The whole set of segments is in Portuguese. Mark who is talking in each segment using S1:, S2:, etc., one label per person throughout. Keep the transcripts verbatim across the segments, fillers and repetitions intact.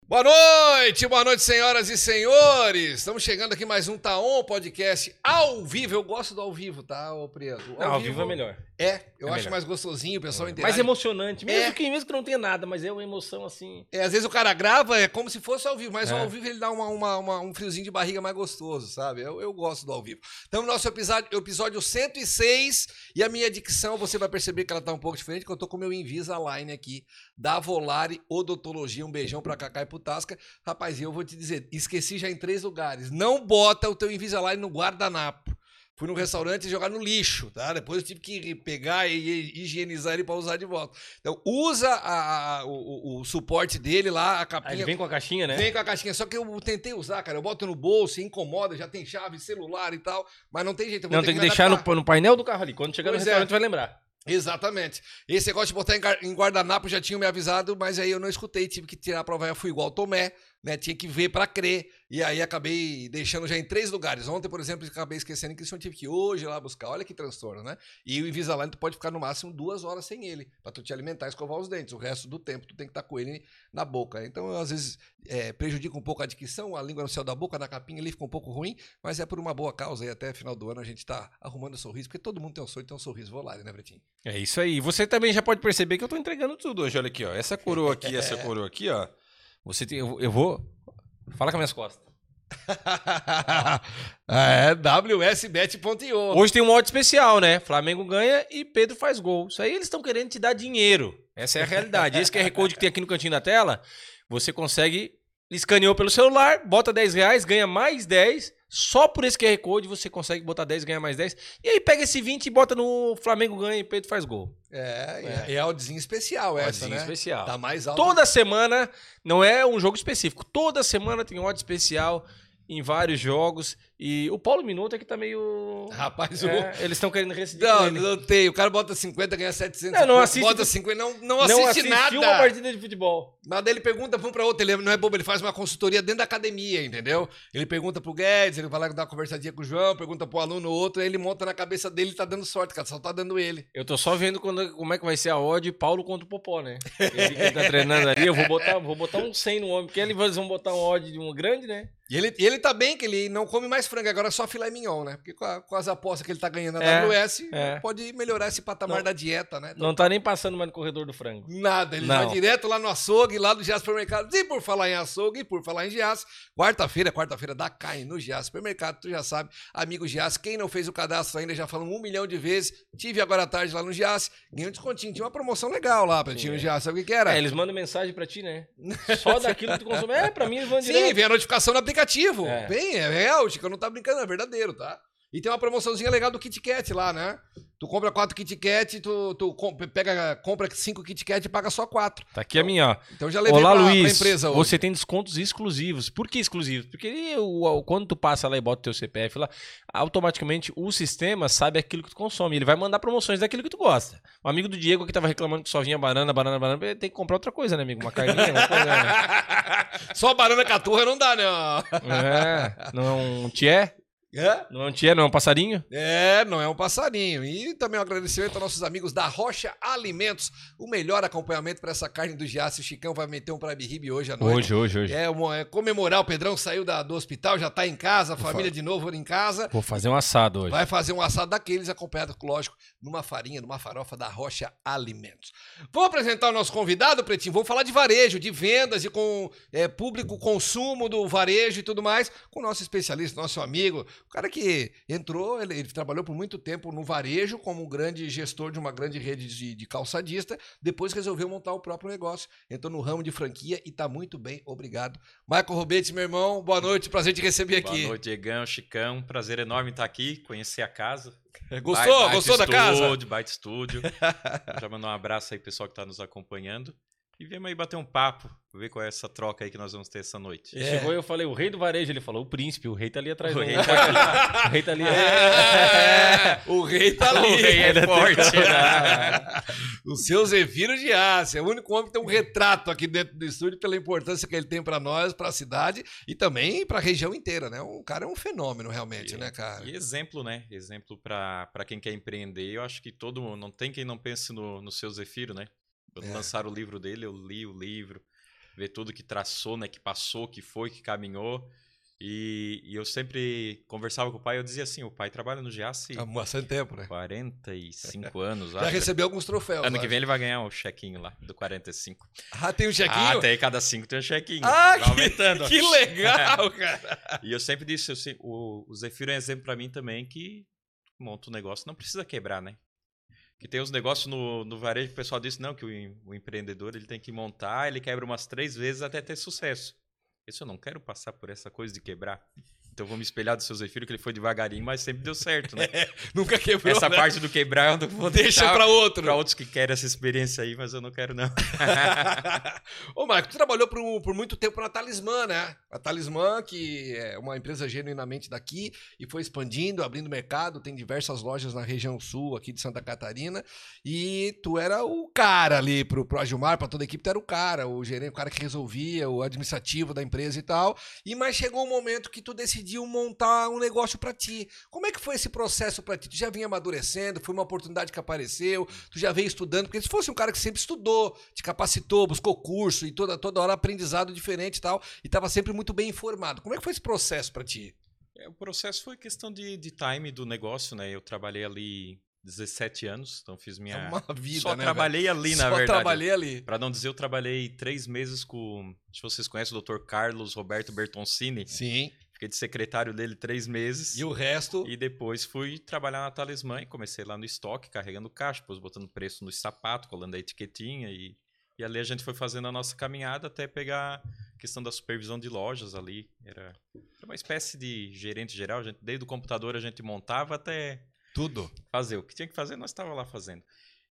S1: Boa noite, boa noite, senhoras e senhores. Estamos chegando aqui mais um Taon Podcast ao vivo. Eu gosto do ao vivo, tá, ô Prieto?
S2: Não, ao vivo, vivo é melhor.
S1: É, eu
S2: é
S1: acho
S2: melhor.
S1: mais gostosinho, o pessoal
S2: é.
S1: interage.
S2: Mais emocionante, mesmo,
S1: é.
S2: que, mesmo que não tenha nada, mas é uma emoção assim...
S1: É, às vezes o cara grava, é como se fosse ao vivo, mas
S2: é.
S1: ao vivo ele dá uma, uma, uma, um friozinho de barriga mais gostoso, sabe? Eu, eu gosto do ao vivo. Então, no nosso episódio, episódio cento e seis, e a minha dicção, você vai perceber que ela tá um pouco diferente, que eu tô com o meu Invisalign aqui, da Volare Odontologia. Um beijão pra Cacá e pro Tasca. Rapaz, eu vou te dizer, esqueci já em três lugares. Não bota o teu Invisalign no guardanapo. Fui num restaurante e jogar no lixo, tá? Depois eu tive que pegar e higienizar ele para usar de volta. Então, usa a, a, o, o suporte dele lá, a capinha.
S2: Ah, ele vem com a caixinha, né?
S1: Vem com a caixinha. Só que eu tentei usar, cara. Eu boto no bolso, incomoda, já tem chave, celular e tal. Mas não tem jeito. Eu vou
S2: não,
S1: ter
S2: tem que,
S1: que
S2: deixar no, no painel do carro ali. Quando chegar pois no restaurante, é. vai lembrar.
S1: Exatamente. Esse negócio de botar em guardanapo já tinham me avisado, mas aí eu não escutei, tive que tirar a prova, eu fui igual ao Tomé, né? Tinha que ver pra crer, e aí acabei deixando já em três lugares. Ontem, por exemplo, acabei esquecendo que eu tive que ir hoje lá buscar. Olha que transtorno, né? E o Invisalign, tu pode ficar no máximo duas horas sem ele, pra tu te alimentar e escovar os dentes. O resto do tempo tu tem que estar com ele na boca. Então, às vezes, é, prejudica um pouco a dicção, a língua no céu da boca, na capinha ali fica um pouco ruim, mas é por uma boa causa, e até final do ano a gente tá arrumando sorriso, porque todo mundo tem um sonho de ter um sorriso Volare, né, Bretinho?
S2: É isso aí. Você também já pode perceber que eu tô entregando tudo hoje. Olha aqui, ó. Essa coroa aqui, essa coroa aqui, ó. Você tem, eu, eu vou... Fala com as minhas costas.
S1: É, w s bet ponto i o.
S2: Hoje tem um odd especial, né? Flamengo ganha e Pedro faz gol. Isso aí eles estão querendo te dar dinheiro. Essa é a realidade. Esse Q R Code que tem aqui no cantinho da tela, você consegue... Escaneou pelo celular, bota dez reais, ganha mais dez. Só por esse Q R Code você consegue botar dez e ganhar mais dez. E aí pega esse vinte e bota no Flamengo ganha e Pedro faz gol.
S1: É, é, é oddzinho especial essa,
S2: oddzinho
S1: né?
S2: especial.
S1: Tá mais alto.
S2: Toda semana, não é um jogo específico. Toda semana tem odd especial em vários jogos. E o Paulo Minuto é que tá meio...
S1: Rapaz,
S2: é,
S1: o...
S2: eles estão querendo receber.
S1: Não, não tem. O cara bota cinquenta, ganha setecentos.
S2: Não, não assiste.
S1: Bota cinquenta, não, não,
S2: não
S1: assiste nada.
S2: Não uma partida de futebol.
S1: Nada, ele pergunta um para outro. Ele não é bobo, ele faz uma consultoria dentro da academia, entendeu? Ele pergunta pro Guedes, ele vai lá dar uma conversadinha com o João, pergunta pro aluno outro, aí ele monta na cabeça dele e tá dando sorte, cara. Só tá dando ele.
S2: Eu tô só vendo quando, como é que vai ser a odd Paulo contra o Popó, né? Ele que tá treinando ali, eu vou botar, vou botar um cem no homem, porque eles vão botar um odd de um grande, né?
S1: E ele, ele tá bem, que ele não come mais frango, agora é só filé mignon, né? Porque com, a, com as apostas que ele tá ganhando na
S2: é,
S1: W S,
S2: é.
S1: pode melhorar esse patamar
S2: não,
S1: da dieta, né?
S2: Então, não tá nem passando mais no corredor do frango.
S1: Nada, ele
S2: não.
S1: vai direto lá no açougue, lá do Giasse Supermercado. E por falar em açougue, e por falar em Giasse, quarta-feira, quarta-feira da carne no Giasse Supermercado, tu já sabe, amigo Giasse, quem não fez o cadastro ainda, já falamos um milhão de vezes, tive agora à tarde lá no Giasse, ganhei um descontinho, tinha uma promoção legal lá pra ti no Giasse, sabe o que que era?
S2: É, eles mandam mensagem pra ti, né? Só daquilo que tu consome. É, pra mim eles mandam
S1: Sim,
S2: direto.
S1: vem a notificação no aplicativo.
S2: É.
S1: Bem, é real, Chico, eu não tá brincando, é verdadeiro, tá? E tem uma promoçãozinha legal do Kit Kat lá, né? Tu compra quatro Kit Kat, tu, tu com, pega, compra cinco Kit Kat e paga só quatro.
S2: Tá aqui então, a minha, ó.
S1: Então já levei
S2: Olá,
S1: pra,
S2: Luiz,
S1: pra empresa hoje.
S2: Você tem descontos exclusivos. Por que exclusivos? Porque ele, o, quando tu passa lá e bota o teu C P F lá, automaticamente o sistema sabe aquilo que tu consome. Ele vai mandar promoções daquilo que tu gosta. O amigo do Diego que tava reclamando que só vinha banana, banana, banana, tem que comprar outra coisa, né, amigo? Uma carninha, uma coisa, né?
S1: Só banana caturra não dá, não.
S2: É, não é um tié?
S1: É?
S2: Não é um tié, não é um passarinho?
S1: É, não é um passarinho. E também um agradecimento aos nossos amigos da Rocha Alimentos, o melhor acompanhamento para essa carne do Giasse. O Chicão vai meter um prime rib hoje à noite.
S2: Hoje, hoje, hoje.
S1: É, uma, é comemorar, o Pedrão saiu da, do hospital, já tá em casa, a
S2: Vou
S1: família
S2: fa...
S1: de novo em casa.
S2: Vou fazer um assado hoje.
S1: Vai fazer um assado daqueles, acompanhado, lógico, numa farinha, numa farofa da Rocha Alimentos. Vou apresentar o nosso convidado, Pretinho. Vamos falar de varejo, de vendas e com é, público consumo do varejo e tudo mais, com o nosso especialista, nosso amigo, o cara que entrou, ele, ele trabalhou por muito tempo no varejo como um grande gestor de uma grande rede de, de calçadista, depois resolveu montar o próprio negócio, entrou no ramo de franquia e tá muito bem, obrigado. Michael Robetes, meu irmão, boa noite, prazer te receber aqui.
S3: Boa noite, Diegão, Chicão, prazer enorme estar aqui, conhecer a casa.
S1: Gostou?
S3: Baita
S1: Gostou da
S3: estúdio,
S1: casa?
S3: Baita estúdio, já mandar um abraço aí pro pessoal que tá nos acompanhando. E viemos aí bater um papo, ver qual é essa troca aí que nós vamos ter essa noite.
S2: É. Chegou e eu falei, o rei do varejo, ele falou, o príncipe, o rei tá ali atrás.
S3: O
S2: do...
S3: rei tá ali.
S2: O rei tá ali.
S1: É, o rei tá ali.
S3: O rei é forte.
S1: O seu Zefiro de Aço, é o único homem que tem um retrato aqui dentro do estúdio pela importância que ele tem pra nós, pra cidade e também pra região inteira, né? O cara é um fenômeno realmente,
S3: e,
S1: né, cara?
S3: E exemplo, né? Exemplo pra, pra quem quer empreender. Eu acho que todo não tem quem não pense no, no seu Zefiro, né? Quando
S1: É.
S3: lançaram o livro dele, eu li o livro. ver tudo que traçou, né? Que passou, que foi, que caminhou. E, e eu sempre conversava com o pai, eu dizia assim, o pai trabalha no Giasse
S1: Há bastante tempo, né?
S3: quarenta e cinco anos.
S1: Já
S3: acho.
S1: recebeu alguns troféus.
S3: Ano
S1: acho.
S3: que vem ele vai ganhar um chequinho lá, do quarenta e cinco.
S1: Ah, tem um chequinho?
S3: Ah, até cada cinco tem um chequinho.
S1: Ah,
S3: vai aumentando.
S1: que, que legal, cara.
S3: E eu sempre disse, assim, o, o Zefiro é um exemplo pra mim também que monta um negócio, não precisa quebrar, né? Que tem uns negócios no, no varejo que o pessoal disse, não, que o, o empreendedor ele tem que montar, ele quebra umas três vezes até ter sucesso. Isso eu não quero passar por essa coisa de quebrar. Então eu vou me espelhar do seu Zefiro, que ele foi devagarinho, mas sempre deu certo, né?
S1: É, nunca quebrou,
S3: Essa
S1: né?
S3: parte do quebrar eu não vou
S1: Deixa
S3: deixar
S1: pra outro.
S3: Pra outros que querem essa experiência aí, mas eu não quero, não.
S1: Ô, Marco, tu trabalhou por, por muito tempo na Talismã, né? A Talismã, que é uma empresa genuinamente daqui e foi expandindo, abrindo mercado, tem diversas lojas na região sul aqui de Santa Catarina. E tu era o cara ali pro, pro Agilmar, pra toda a equipe, tu era o cara, o gerente, o cara que resolvia, o administrativo da empresa e tal. E mas chegou um momento que tu decidiu montar um negócio pra ti. Como é que foi esse processo pra ti? Tu já vinha amadurecendo, foi uma oportunidade que apareceu, tu já veio estudando, porque se fosse um cara que sempre estudou, te capacitou, buscou curso e toda, toda hora aprendizado diferente e tal, e tava sempre muito bem informado. Como é que foi esse processo pra ti?
S3: É, o processo foi questão de, de time do negócio, né? Eu trabalhei ali dezessete anos, então fiz minha...
S1: É uma vida,
S3: Só
S1: né,
S3: trabalhei
S1: velho?
S3: ali, na
S1: Só
S3: verdade.
S1: trabalhei ali.
S3: Pra não dizer, eu trabalhei três meses com... Se vocês conhecem o doutor Carlos Roberto Bertoncini.
S1: Sim.
S3: Fiquei de secretário dele três meses.
S1: E o resto?
S3: E depois fui trabalhar na Talismã e comecei lá no estoque, carregando caixa, depois botando preço nos sapatos, colando a etiquetinha. E, e ali a gente foi fazendo a nossa caminhada até pegar a questão da supervisão de lojas ali. Era, era uma espécie de gerente geral. A gente, desde o computador a gente montava até...
S1: Tudo.
S3: Fazer. O que tinha que fazer, nós estávamos lá fazendo.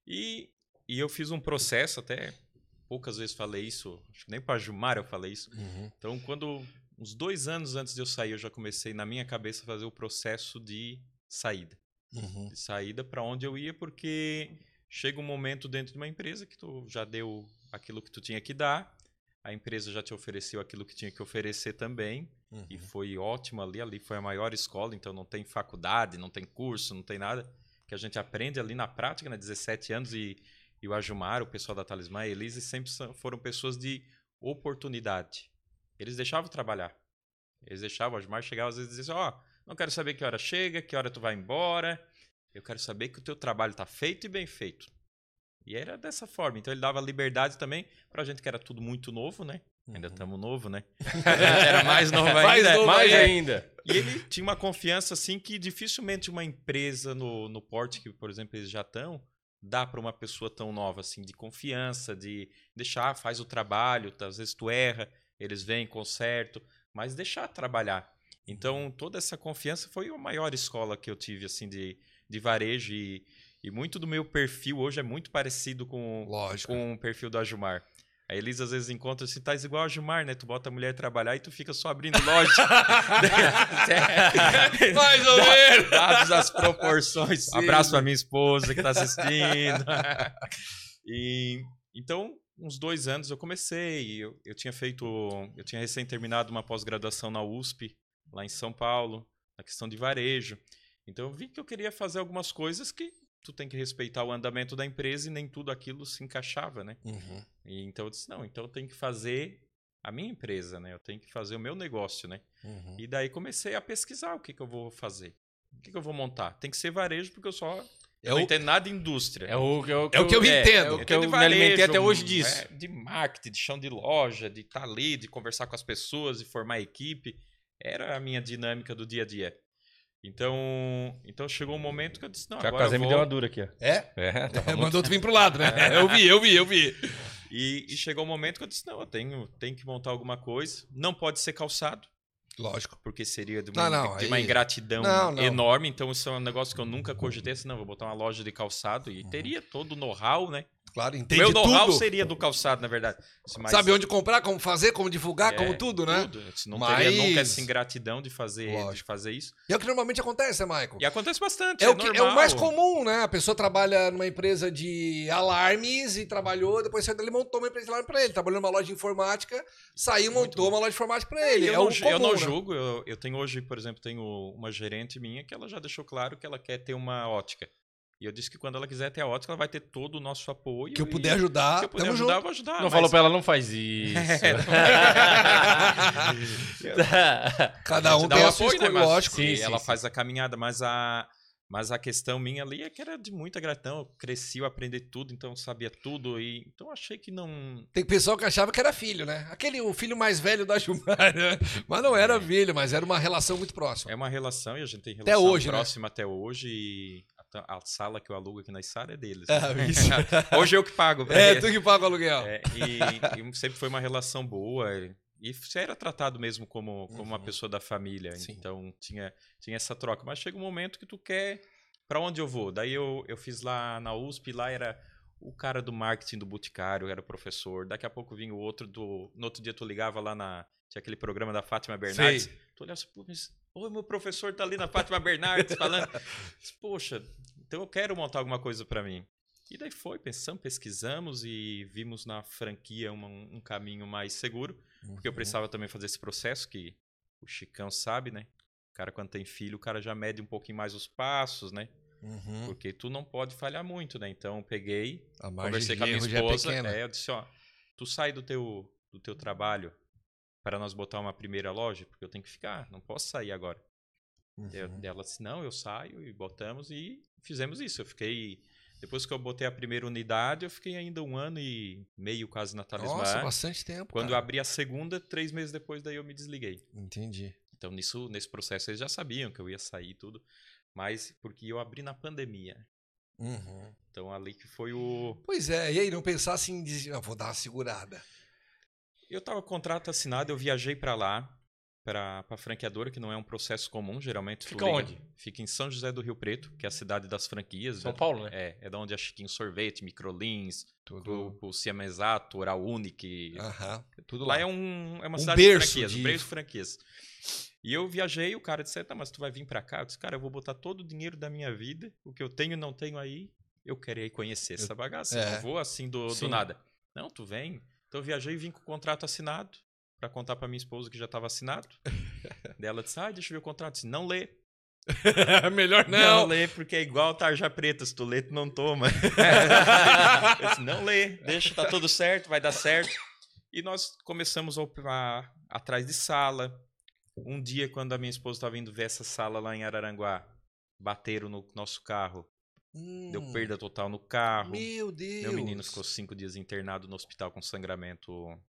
S3: E, e eu fiz um processo, até poucas vezes falei isso, acho que nem para Gilmar eu falei isso.
S1: Uhum.
S3: Então, quando... Uns dois anos antes de eu sair, eu já comecei na minha cabeça a fazer o processo de saída.
S1: Uhum.
S3: De saída para onde eu ia, porque chega um momento dentro de uma empresa que tu já deu aquilo que tu tinha que dar, a empresa já te ofereceu aquilo que tinha que oferecer também, uhum. E foi ótimo ali, ali foi a maior escola, então não tem faculdade, não tem curso, não tem nada, que a gente aprende ali na prática, né? dezessete anos, e, e o Agilmar, o pessoal da Talismã, a Elise, sempre foram pessoas de oportunidade. Eles deixavam trabalhar. Eles deixavam, o Agilmar chegava às vezes e dizia, ó, oh, não quero saber que hora chega, que hora tu vai embora. Eu quero saber que o teu trabalho está feito e bem feito. E era dessa forma. Então ele dava liberdade também pra gente que era tudo muito novo, né? Uhum. Ainda estamos novo, né? Era mais novo ainda.
S2: Mais, novo mais
S3: é.
S2: ainda.
S3: E ele tinha uma confiança assim que dificilmente uma empresa no, no porte que, por exemplo, eles já estão, dá para uma pessoa tão nova assim, de confiança, de deixar, faz o trabalho, às vezes tu erra, eles vêm, consertam, mas deixar trabalhar. Então, toda essa confiança foi a maior escola que eu tive, assim, de, de varejo. E, e muito do meu perfil hoje é muito parecido com, com o perfil do Agilmar. A Elisa, às vezes, encontra assim, tá igual a Gilmar, né? Tu bota a mulher trabalhar e tu fica só abrindo loja.
S1: Mais ou menos.
S3: Dadas as proporções.
S1: Sim.
S3: Abraço pra minha esposa que tá assistindo. E, então... Uns dois anos eu comecei, eu, eu tinha feito, eu tinha recém terminado uma pós-graduação na U S P, lá em São Paulo, na questão de varejo. Então eu vi que eu queria fazer algumas coisas que tu tem que respeitar o andamento da empresa e nem tudo aquilo se encaixava, né? Uhum. E então eu disse, não, então eu tenho que fazer a minha empresa, né? Eu tenho que fazer o meu negócio, né? Uhum. E daí comecei a pesquisar o que, que eu vou fazer, o que, que eu vou montar. Tem que ser varejo porque eu só... Eu não entendo nada de indústria.
S2: É o que eu,
S1: é o que eu me
S3: é,
S1: entendo.
S3: É o que eu, eu
S2: me alimentei até hoje disso.
S3: É, de marketing, de chão de loja, de estar ali, de conversar com as pessoas, de formar equipe. Era a minha dinâmica do dia a dia. Então, então chegou um momento que eu disse, não,
S2: que
S3: agora
S2: a casa
S3: eu vou...
S2: me deu uma dura aqui, ó.
S1: É?
S2: É,
S1: é mandou tu vir pro lado, né? É. Eu vi, eu vi, eu vi.
S3: E, e chegou um momento que eu disse, não, eu tenho, tenho que montar alguma coisa. Não pode ser calçado.
S1: Lógico.
S3: Porque seria de uma,
S1: não, não,
S3: de uma
S1: aí...
S3: ingratidão
S1: não, não.
S3: enorme. Então, isso é um negócio que eu nunca cogitei. Assim, não, vou botar uma loja de calçado. E uhum. teria todo o know-how, né?
S1: Claro, entende
S3: Meu know-how
S1: tudo.
S3: seria do calçado, na verdade.
S1: Mas... Sabe onde comprar, como fazer, como divulgar, é, como tudo, né?
S3: Tudo. Não
S1: Mas...
S3: teria nunca essa ingratidão de fazer, de fazer isso.
S1: E é o que normalmente acontece, né, Michael?
S3: E acontece bastante,
S1: é,
S3: é
S1: o, que, é o mais comum, né? A pessoa trabalha numa empresa de alarmes e trabalhou, depois saiu dali, montou uma empresa de alarme pra ele. Trabalhou numa loja de informática, saiu, Muito montou bom. uma loja de informática pra ele.
S3: É, eu,
S1: é
S3: não,
S1: o comum,
S3: eu não
S1: né?
S3: julgo. Eu, eu tenho hoje, por exemplo, tenho uma gerente minha que ela já deixou claro que ela quer ter uma ótica. E eu disse que quando ela quiser ter a ótica, ela vai ter todo o nosso apoio.
S1: Que eu puder ajudar,
S3: se eu puder
S1: tamo
S3: ajudar,
S1: junto.
S3: eu vou ajudar.
S2: Não
S3: mas...
S2: falou pra ela, não faz isso.
S1: Cada um
S3: dá
S1: tem
S3: o
S1: a sua
S3: apoio, né?
S1: escolha,
S3: Mas
S1: lógico.
S2: Sim,
S3: e
S2: sim,
S3: ela
S2: sim.
S3: faz a caminhada, mas a, mas a questão minha ali é que era de muita gratidão. Eu cresci, eu aprendi tudo, então eu sabia tudo. E, então achei que não...
S1: Tem pessoal que achava que era filho, né? Aquele, o filho mais velho da Gilmar, né? Mas não era filho, mas era uma relação muito próxima.
S3: É uma relação e a gente tem
S1: Até
S3: relação
S1: hoje, né?
S3: próxima até hoje. E a, a sala que eu alugo aqui na Sara é deles.
S1: Ah,
S3: né?
S1: isso.
S3: Hoje eu que pago. pra
S1: É,
S3: eles.
S1: tu que paga o aluguel.
S3: É, e, e sempre foi uma relação boa. E você era tratado mesmo como, como uma
S1: Uhum.
S3: pessoa da família.
S1: Sim.
S3: Então tinha, tinha essa troca. Mas chega um momento que tu quer... Pra onde eu vou? Daí eu, eu fiz lá na U S P, lá era o cara do marketing do Boticário, era professor. Daqui a pouco vinha o outro do... No outro dia tu ligava lá na... Tinha aquele programa da Fátima Bernardes.
S1: Sei.
S3: Tu olhava assim, pô, mas... Oi, meu professor tá ali na Fátima Bernardes falando. Poxa, então eu quero montar alguma coisa pra mim. E daí foi, pensamos, pesquisamos e vimos na franquia uma, um caminho mais seguro. Porque eu precisava também fazer esse processo que o Chicão sabe, né? O cara, quando tem filho, o cara já mede um pouquinho mais os passos, né?
S1: Uhum.
S3: Porque tu não pode falhar muito, né? Então, eu peguei,
S1: A margem
S3: conversei
S1: de
S3: com a minha
S1: erro já é
S3: esposa.
S1: pequena.
S3: É, eu disse, ó, tu sai do teu, do teu trabalho para nós botar uma primeira loja? Porque eu tenho que ficar, não posso sair agora.
S1: Uhum.
S3: Eu, ela disse, não, eu saio e botamos e fizemos isso. Eu fiquei... Depois que eu botei a primeira unidade, eu fiquei ainda um ano e meio quase na Talismã.
S1: Nossa, bastante tempo.
S3: Quando eu
S1: cara.
S3: abri a segunda, três meses depois, daí eu me desliguei.
S1: Entendi.
S3: Então, nisso, nesse processo, eles já sabiam que eu ia sair e tudo. Mas porque eu abri na pandemia.
S1: Uhum.
S3: Então, ali que foi o...
S1: Pois é, e aí, não pensar assim, de, ah, vou dar uma segurada.
S3: Eu tava com contrato assinado, eu viajei para lá, para a franqueadora, que não é um processo comum, geralmente. tu
S2: Fica
S3: liga-
S2: onde?
S3: Fica em São José do Rio Preto, que é a cidade das franquias.
S2: São
S3: né?
S2: Paulo, né?
S3: É, é da onde a Chiquinho Sorvete, Microlins,
S1: Tudo.
S3: o Siamesato, Oral Unique.
S1: Aham. Tudo
S3: Lá
S1: lá.
S3: é, um, é uma
S1: Um
S3: cidade
S1: berço
S3: de franquias,
S1: de-
S3: um berço de franquias. E eu viajei, o cara disse, tá, mas tu vai vir pra cá? Eu disse, cara, eu vou botar todo o dinheiro da minha vida, o que eu tenho e não tenho aí, eu quero ir conhecer essa bagaça.
S1: é.
S3: Eu não vou assim do,
S2: Sim.
S3: do nada. Não, tu vem. Então eu viajei e vim com o contrato assinado, pra contar pra minha esposa que já tava assinado. Daí ela disse, ah, deixa eu ver o contrato. Eu disse, não lê.
S1: Melhor
S3: Não.
S1: não.
S3: lê, porque é igual tarja preta, se tu lê, tu não toma. Eu disse, não lê, deixa, tá tudo certo, vai dar certo. E nós começamos a operar atrás de sala. Um dia, quando a minha esposa estava indo ver essa sala lá em Araranguá, bateram no nosso carro.
S1: Hum,
S3: Deu perda total no carro.
S1: Meu Deus.
S3: Meu menino ficou cinco dias internado no hospital com sangramento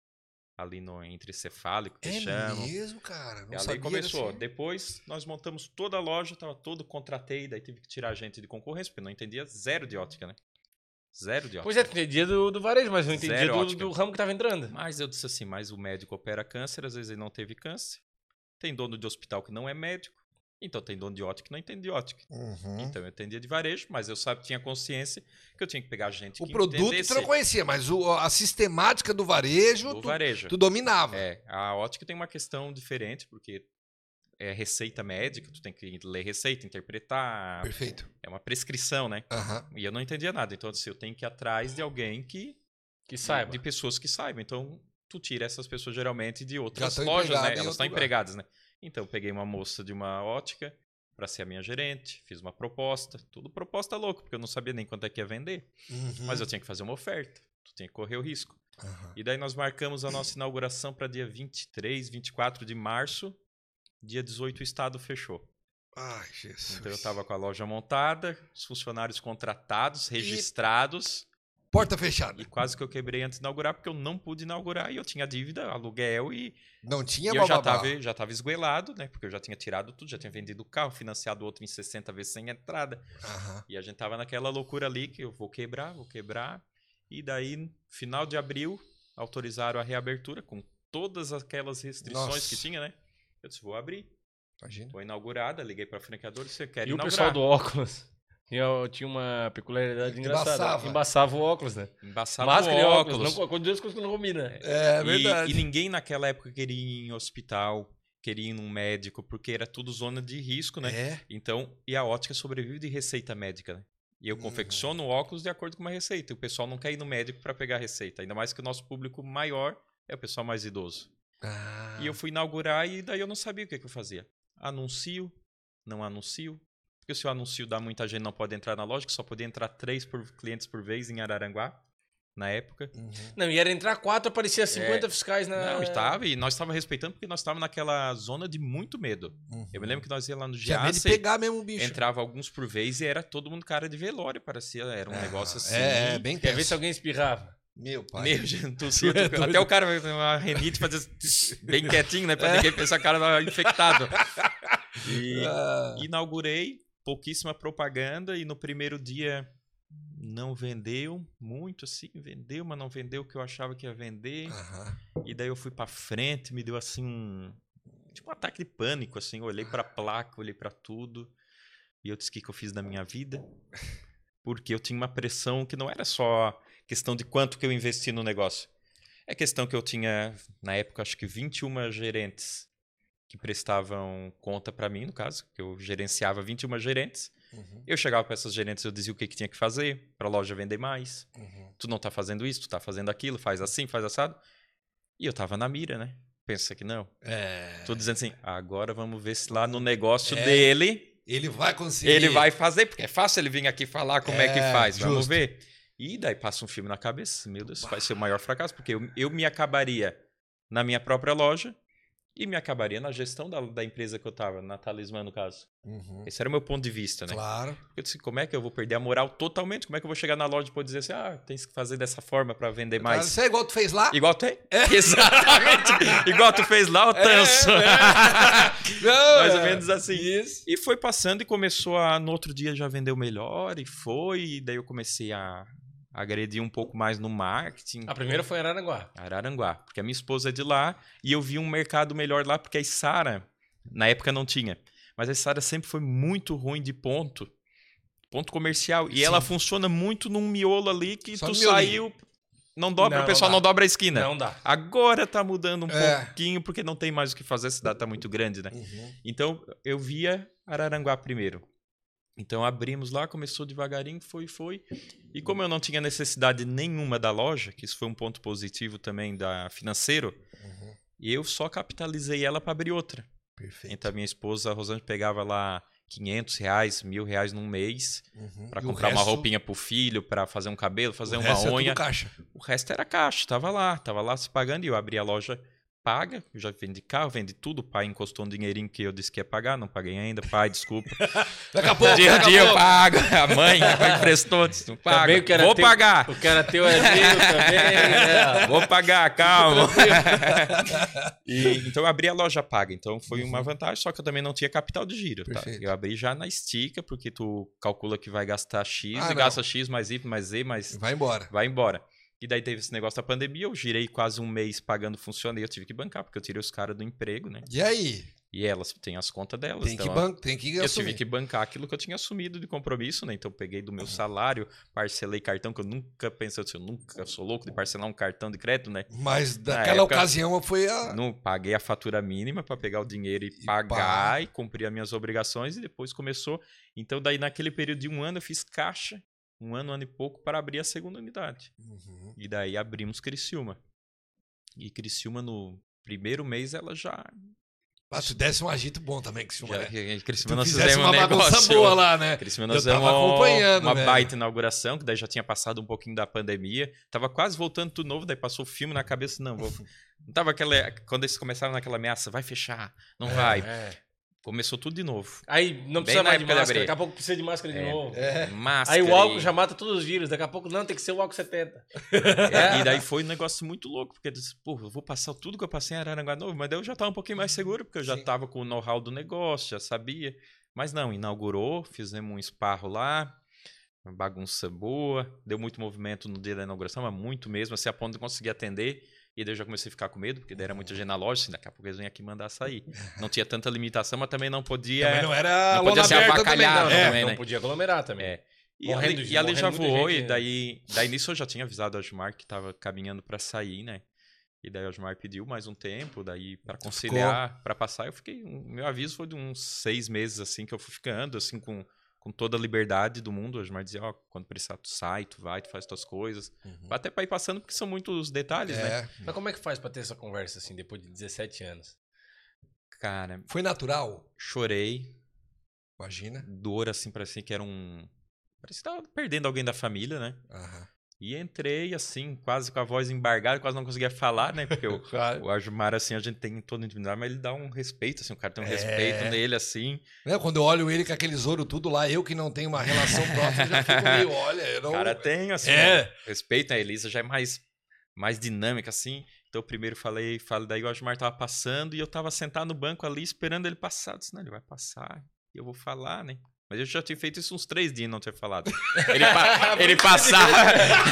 S3: ali no entrecefálico, que
S1: É
S3: chamam.
S1: mesmo, cara? Não
S3: E ali
S1: sabia
S3: começou.
S1: assim.
S3: Depois nós montamos toda a loja, tava todo, contratei, daí tive que tirar a gente de concorrência, porque eu não entendia zero de ótica, né? Zero de ótica.
S2: Pois é, tu entendia do, do varejo, mas não entendia
S3: Zero
S2: do,
S3: ótica.
S2: do ramo que tava entrando.
S3: Mas eu disse assim, mas o médico opera câncer, às vezes ele não teve câncer. Tem dono de hospital que não é médico. Então tem dono de ótica que não entende de ótica.
S1: Uhum.
S3: Então eu entendia de varejo, mas eu sabe, tinha consciência que eu tinha que pegar gente
S1: O
S3: que
S1: produto
S3: entendesse
S1: tu não conhecia, mas o- a sistemática do varejo,
S3: do
S1: tu,
S3: varejo.
S1: tu dominava.
S3: É, a ótica tem uma questão diferente, porque é receita médica, tu tem que ler receita, interpretar,
S1: Perfeito.
S3: é uma prescrição, né?
S1: Aham.
S3: E eu não entendia nada, então assim, eu tenho que ir atrás de alguém que...
S2: Que saiba.
S3: De pessoas que saibam, então tu tira essas pessoas geralmente de outras
S1: tão
S3: lojas,
S1: empregadas
S3: né?
S1: em
S3: Elas
S1: outro
S3: estão
S1: lugar.
S3: empregadas, né? Então eu peguei uma moça de uma ótica para ser a minha gerente, fiz uma proposta, tudo proposta louca, porque eu não sabia nem quanto é que ia vender,
S1: Uhum.
S3: mas eu tinha que fazer uma oferta, tu tinha que correr o risco.
S1: Aham.
S3: E daí nós marcamos a nossa inauguração para dia vinte e três, vinte e quatro de março, dia dezoito o estado fechou.
S1: Ai, Jesus.
S3: Então eu estava com a loja montada, os funcionários contratados, registrados,
S1: Porta fechada.
S3: e quase que eu quebrei antes de inaugurar, porque eu não pude inaugurar e eu tinha dívida, aluguel e
S1: Não tinha
S3: E eu já
S1: bababá.
S3: tava, já tava esgoelado, né? Porque eu já tinha tirado tudo, já tinha vendido o carro, financiado outro em sessenta vezes sem entrada.
S1: Aham.
S3: E a gente tava naquela loucura ali que eu vou quebrar, vou quebrar. E daí, final de abril, autorizaram a reabertura com todas aquelas restrições
S1: Nossa.
S3: que tinha, né? Eu disse, vou abrir.
S1: Imagina.
S3: Foi inaugurada, liguei pra franqueadora, você quer
S2: E o
S3: inaugurar.
S2: pessoal do óculos tinha, tinha uma peculiaridade engraçada.
S1: Embaçava.
S2: Embaçava o óculos, né?
S3: Embaçava
S2: Máscara
S3: o
S2: e
S3: óculos.
S2: óculos. Não, com duas coisas que não combinam.
S1: É
S3: E-
S1: verdade.
S3: E, ninguém naquela época queria ir em hospital, queria ir num médico, porque era tudo zona de risco, né?
S1: É.
S3: Então, e a ótica sobrevive de receita médica, né? E eu
S1: Uhum.
S3: confecciono óculos de acordo com uma receita. E o pessoal não quer ir no médico para pegar a receita. Ainda mais que o nosso público maior é o pessoal mais idoso.
S1: Ah.
S3: E eu fui inaugurar e daí eu não sabia o que, que eu fazia. Anuncio, não anuncio. Porque porque se o anúncio dá muita gente não pode entrar na loja, que só podia entrar três por, clientes por vez em Araranguá, na época.
S2: Uhum. Não, e era entrar quatro, aparecia cinquenta
S3: é,
S2: fiscais na...
S3: Não, estava, e nós estávamos respeitando porque nós estávamos naquela zona de muito medo. Uhum. Eu me lembro que nós ia lá no Giasse,
S1: pegar mesmo o bicho.
S3: Entrava alguns por vez e era todo mundo cara de velório, parecia, era um é, negócio assim.
S1: É, bem
S2: Quer ver se alguém espirrava?
S1: Meu pai.
S3: Meu, gente, tossia, é até o cara vai ter uma renite fazer bem quietinho, né? Pra é. ninguém pensar que o cara não é infectado. E ah. inaugurei, pouquíssima propaganda, e no primeiro dia não vendeu muito, assim, vendeu, mas não vendeu o que eu achava que ia vender. Uhum. E daí eu fui pra frente, me deu assim um... tipo um ataque de pânico, assim. Eu olhei pra placa, olhei pra tudo. E eu disse o que, que eu fiz na minha vida. Porque eu tinha uma pressão que não era só questão de quanto que eu investi no negócio. É questão que eu tinha, na época, acho que vinte e uma gerentes que prestavam conta para mim, no caso, que eu gerenciava vinte e uma gerentes. Uhum. Eu chegava para essas gerentes, eu dizia o que, que tinha que fazer para a loja vender mais. Uhum. Tu não tá fazendo isso, tu tá fazendo aquilo, faz assim, faz assado. E eu tava na mira, né? Pensa que não. É... Tô dizendo assim, agora vamos ver se lá no negócio é... dele...
S1: Ele vai conseguir.
S3: Ele vai fazer, porque é fácil ele vir aqui falar como é, é que faz. Justo. Vamos ver. E daí passa um filme na cabeça. Meu Deus, vai ser o maior fracasso, porque eu, eu me acabaria na minha própria loja e me acabaria na gestão da, da empresa que eu estava, na Talismã, no caso. Uhum. Esse era o meu ponto de vista, né?
S1: Claro.
S3: Eu disse, como é que eu vou perder a moral totalmente? Como é que eu vou chegar na loja e poder dizer assim, ah, tem que fazer dessa forma para vender mais?
S1: Claro, isso é igual tu fez lá?
S3: Igual tu é? Exatamente. Igual tu fez lá, o tanso. É, é. Não, mais ou menos assim. Isso. E foi passando e começou a, no outro dia já vendeu melhor e foi, e daí eu comecei a agredir um pouco mais no marketing.
S2: A primeira foi Araranguá.
S3: Araranguá, porque a minha esposa é de lá e eu vi um mercado melhor lá, porque a Sara, na época não tinha, mas a Sara sempre foi muito ruim de ponto, ponto comercial, e Sim. ela funciona muito num miolo ali que Só tu saiu, não dobra, não, o pessoal não, não dobra a esquina.
S2: Não dá.
S3: Agora tá mudando um
S1: é.
S3: pouquinho, porque não tem mais o que fazer, a cidade tá muito grande, né? Uhum. Então eu via Araranguá primeiro. Então abrimos lá, começou devagarinho, foi, foi. E como eu não tinha necessidade nenhuma da loja, que isso foi um ponto positivo também da financeiro, uhum. eu só capitalizei ela para abrir outra.
S1: Perfeito.
S3: Então a minha esposa, a Rosane, pegava lá quinhentos reais, mil reais num mês, uhum. para comprar resto... uma roupinha pro filho, para fazer um cabelo, fazer
S1: o
S3: uma
S1: resto
S3: unha.
S1: É tudo caixa.
S3: O resto era caixa, tava lá, tava lá se pagando, e eu abri a loja paga, eu já vendi carro, vendi tudo, o pai encostou um dinheirinho que eu disse que ia pagar, não paguei ainda, pai, desculpa.
S1: Daqui a pouco,
S3: dia a dia eu pago, a mãe, a mãe emprestou, disse, não paga, vou
S2: teu,
S3: pagar.
S2: O cara teu é meu também, né?
S3: Vou pagar, calma. E, então eu abri a loja paga, então foi uhum. uma vantagem, só que eu também não tinha capital de giro, tá? Eu abri já na estica, porque tu calcula que vai gastar X, ah, e não. gasta X mais Y mais Z, mais...
S1: Vai embora.
S3: Vai embora. E daí teve esse negócio da pandemia, eu girei quase um mês pagando funcionário e eu tive que bancar, porque eu tirei os caras do emprego, né?
S1: E aí?
S3: E elas têm as contas delas.
S1: Tem
S3: então,
S1: que, ban tem que
S3: eu
S1: assumir.
S3: tive que bancar aquilo que eu tinha assumido de compromisso, né? Então eu peguei do meu uhum. salário, parcelei cartão, que eu nunca pensei, eu nunca sou louco de parcelar um cartão de crédito, né?
S1: Mas daquela época, ocasião foi a...
S3: Não, paguei a fatura mínima para pegar o dinheiro e, e pagar pá. e cumprir as minhas obrigações, e depois começou. Então daí naquele período de um ano eu fiz caixa, um ano, um ano e pouco, para abrir a segunda unidade. Uhum. E daí abrimos Criciúma. E Criciúma, no primeiro mês, ela já...
S1: Ah, tu desse um agito bom também, Criciúma,
S3: já,
S1: né?
S3: Criciúma nós fizemos uma um negócio
S1: boa lá, né?
S3: Criciúma nós fizemos uma né? baita inauguração, que daí já tinha passado um pouquinho da pandemia. Tava quase voltando tudo novo, daí passou o filme na cabeça, não, vou... Não tava aquela... Quando eles começaram naquela ameaça, vai fechar, não é, vai... É. Começou tudo de novo.
S2: Aí não precisa mais de máscara, daqui a pouco precisa de máscara de é, novo.
S3: É. Máscara.
S2: Aí o álcool e... já mata todos os vírus, daqui a pouco não, tem que ser o álcool setenta.
S3: É, e daí foi um negócio muito louco, porque eu disse, pô, eu vou passar tudo que eu passei em Araranguá Novo, mas daí eu já estava um pouquinho mais seguro, porque eu já estava com o know-how do negócio, já sabia. Mas não, inaugurou, fizemos um esparro lá, uma bagunça boa, deu muito movimento no dia da inauguração, mas muito mesmo, assim, a ponto de conseguir atender. E daí eu já comecei a ficar com medo, porque daí era muita gente na loja, assim, daqui a pouco eles vêm aqui mandar sair. Não tinha tanta limitação, mas também não podia...
S1: Também não era
S3: não podia ser avacalhado
S2: também, não,
S3: também,
S2: não,
S3: né?
S2: Não podia aglomerar também.
S3: É. E, ali, e ali já voou, gente... e daí, daí nisso eu já tinha avisado a Osmar que estava caminhando para sair, né? E daí a Osmar pediu mais um tempo, daí para conciliar, para passar, eu fiquei... Um, meu aviso foi de uns seis meses, assim, que eu fui ficando, assim, com... com toda a liberdade do mundo. A Osmar dizia, ó, oh, quando precisar tu sai, tu vai, tu faz tuas coisas. Uhum. Até pra ir passando, porque são muitos detalhes,
S1: é.
S3: né?
S2: Mas como é que faz pra ter essa conversa, assim, depois de dezessete anos?
S3: Cara...
S1: Foi natural?
S3: Chorei.
S1: Imagina.
S3: Dor, assim, parecia que era um... Parecia que tava perdendo alguém da família, né?
S1: Aham.
S3: E entrei, assim, quase com a voz embargada, quase não conseguia falar, né? Porque o,
S1: Claro.
S3: o Ajumar, assim, a gente tem toda intimidade, mas ele dá um respeito, assim, o cara tem um
S1: É.
S3: respeito nele, assim.
S1: Né, quando eu olho ele com aqueles ouro tudo lá, eu que não tenho uma relação próxima, já fico meio, olha, eu não...
S3: O cara tem, assim,
S1: É.
S3: um respeito, né? A Elisa já é mais, mais dinâmica, assim. Então, eu primeiro falei, falei, daí o Ajumar tava passando e eu tava sentado no banco ali, esperando ele passar. Eu disse, não, ele vai passar, e eu vou falar, né? Mas eu já tinha feito isso uns três dias e não tinha falado. Ele, pa ele passava.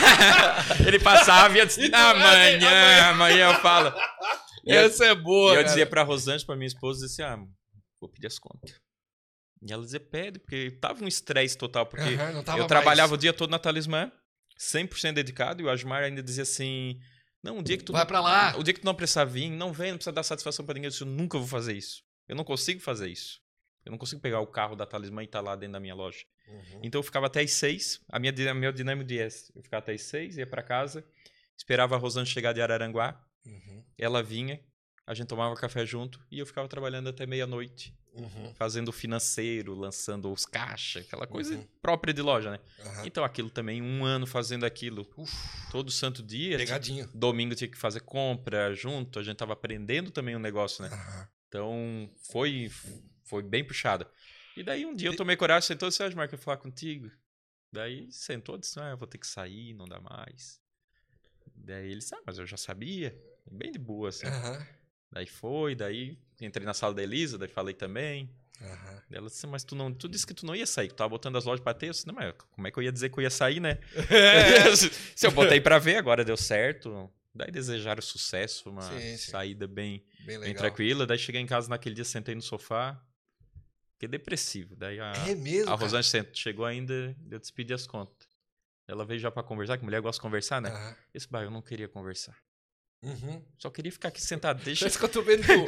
S3: ele passava e eu disse, amanhã, amanhã eu falo. E
S1: Essa
S3: eu,
S1: é boa,
S3: E eu
S1: cara.
S3: dizia pra Rosângela, pra minha esposa, disse, ah, vou pedir as contas. E ela dizia, pede, porque tava um estresse total, porque
S1: Aham, não tava
S3: eu
S1: mais.
S3: trabalhava o dia todo na Talismã, cem por cento dedicado, e o Ajmar ainda dizia assim, não, o dia que tu
S1: Vai
S3: não,
S1: pra lá.
S3: o dia que tu não precisar vir, não vem, não precisa dar satisfação pra ninguém. Eu disse, eu nunca vou fazer isso. Eu não consigo fazer isso. Eu não consigo pegar o carro da Talismã e estar lá dentro da minha loja.
S1: Uhum.
S3: Então eu ficava até às seis. A minha, a meu dinâmico de eu ficava até às seis, ia pra casa, esperava a Rosângela chegar de Araranguá,
S1: Uhum.
S3: ela vinha, a gente tomava café junto e eu ficava trabalhando até meia-noite,
S1: Uhum.
S3: fazendo o financeiro, lançando os caixas, aquela coisa
S1: Uhum.
S3: própria de loja, né?
S1: Aham.
S3: Então aquilo também, um ano fazendo aquilo,
S1: Uf,
S3: todo santo dia.
S1: pegadinho.
S3: Domingo tinha que fazer compra junto, a gente tava aprendendo também um negócio, né?
S1: Aham.
S3: Então foi, foi bem puxado. E daí um dia eu tomei coragem, sentou e disse, Ajmar, quero falar contigo. Daí sentou e disse, ah, eu vou ter que sair, não dá mais. Daí ele disse, ah, mas eu já sabia. Bem de boa, assim.
S1: Aham.
S3: Daí foi, daí entrei na sala da Elisa, daí falei também.
S1: Aham.
S3: Daí ela disse, mas tu, não, tu disse que tu não ia sair, que tu tava botando as lojas pra ter. Eu disse, não, mas como é que eu ia dizer que eu ia sair, né? Se eu botei pra ver, agora deu certo. Daí desejaram sucesso, uma
S1: Sim, sim.
S3: saída bem,
S1: Bem
S3: bem
S1: legal.
S3: tranquila. Daí cheguei em casa naquele dia, sentei no sofá. Fiquei depressivo. Daí a,
S1: É mesmo,
S3: a
S1: cara?
S3: Rosângela sent- chegou ainda, eu despedi as contas. Ela veio já pra conversar, que mulher gosta de conversar, né?
S1: Aham.
S3: Esse bah, eu não queria conversar.
S1: Uhum.
S3: Só queria ficar aqui sentado. Deixa.
S1: Parece que eu tô vendo tu.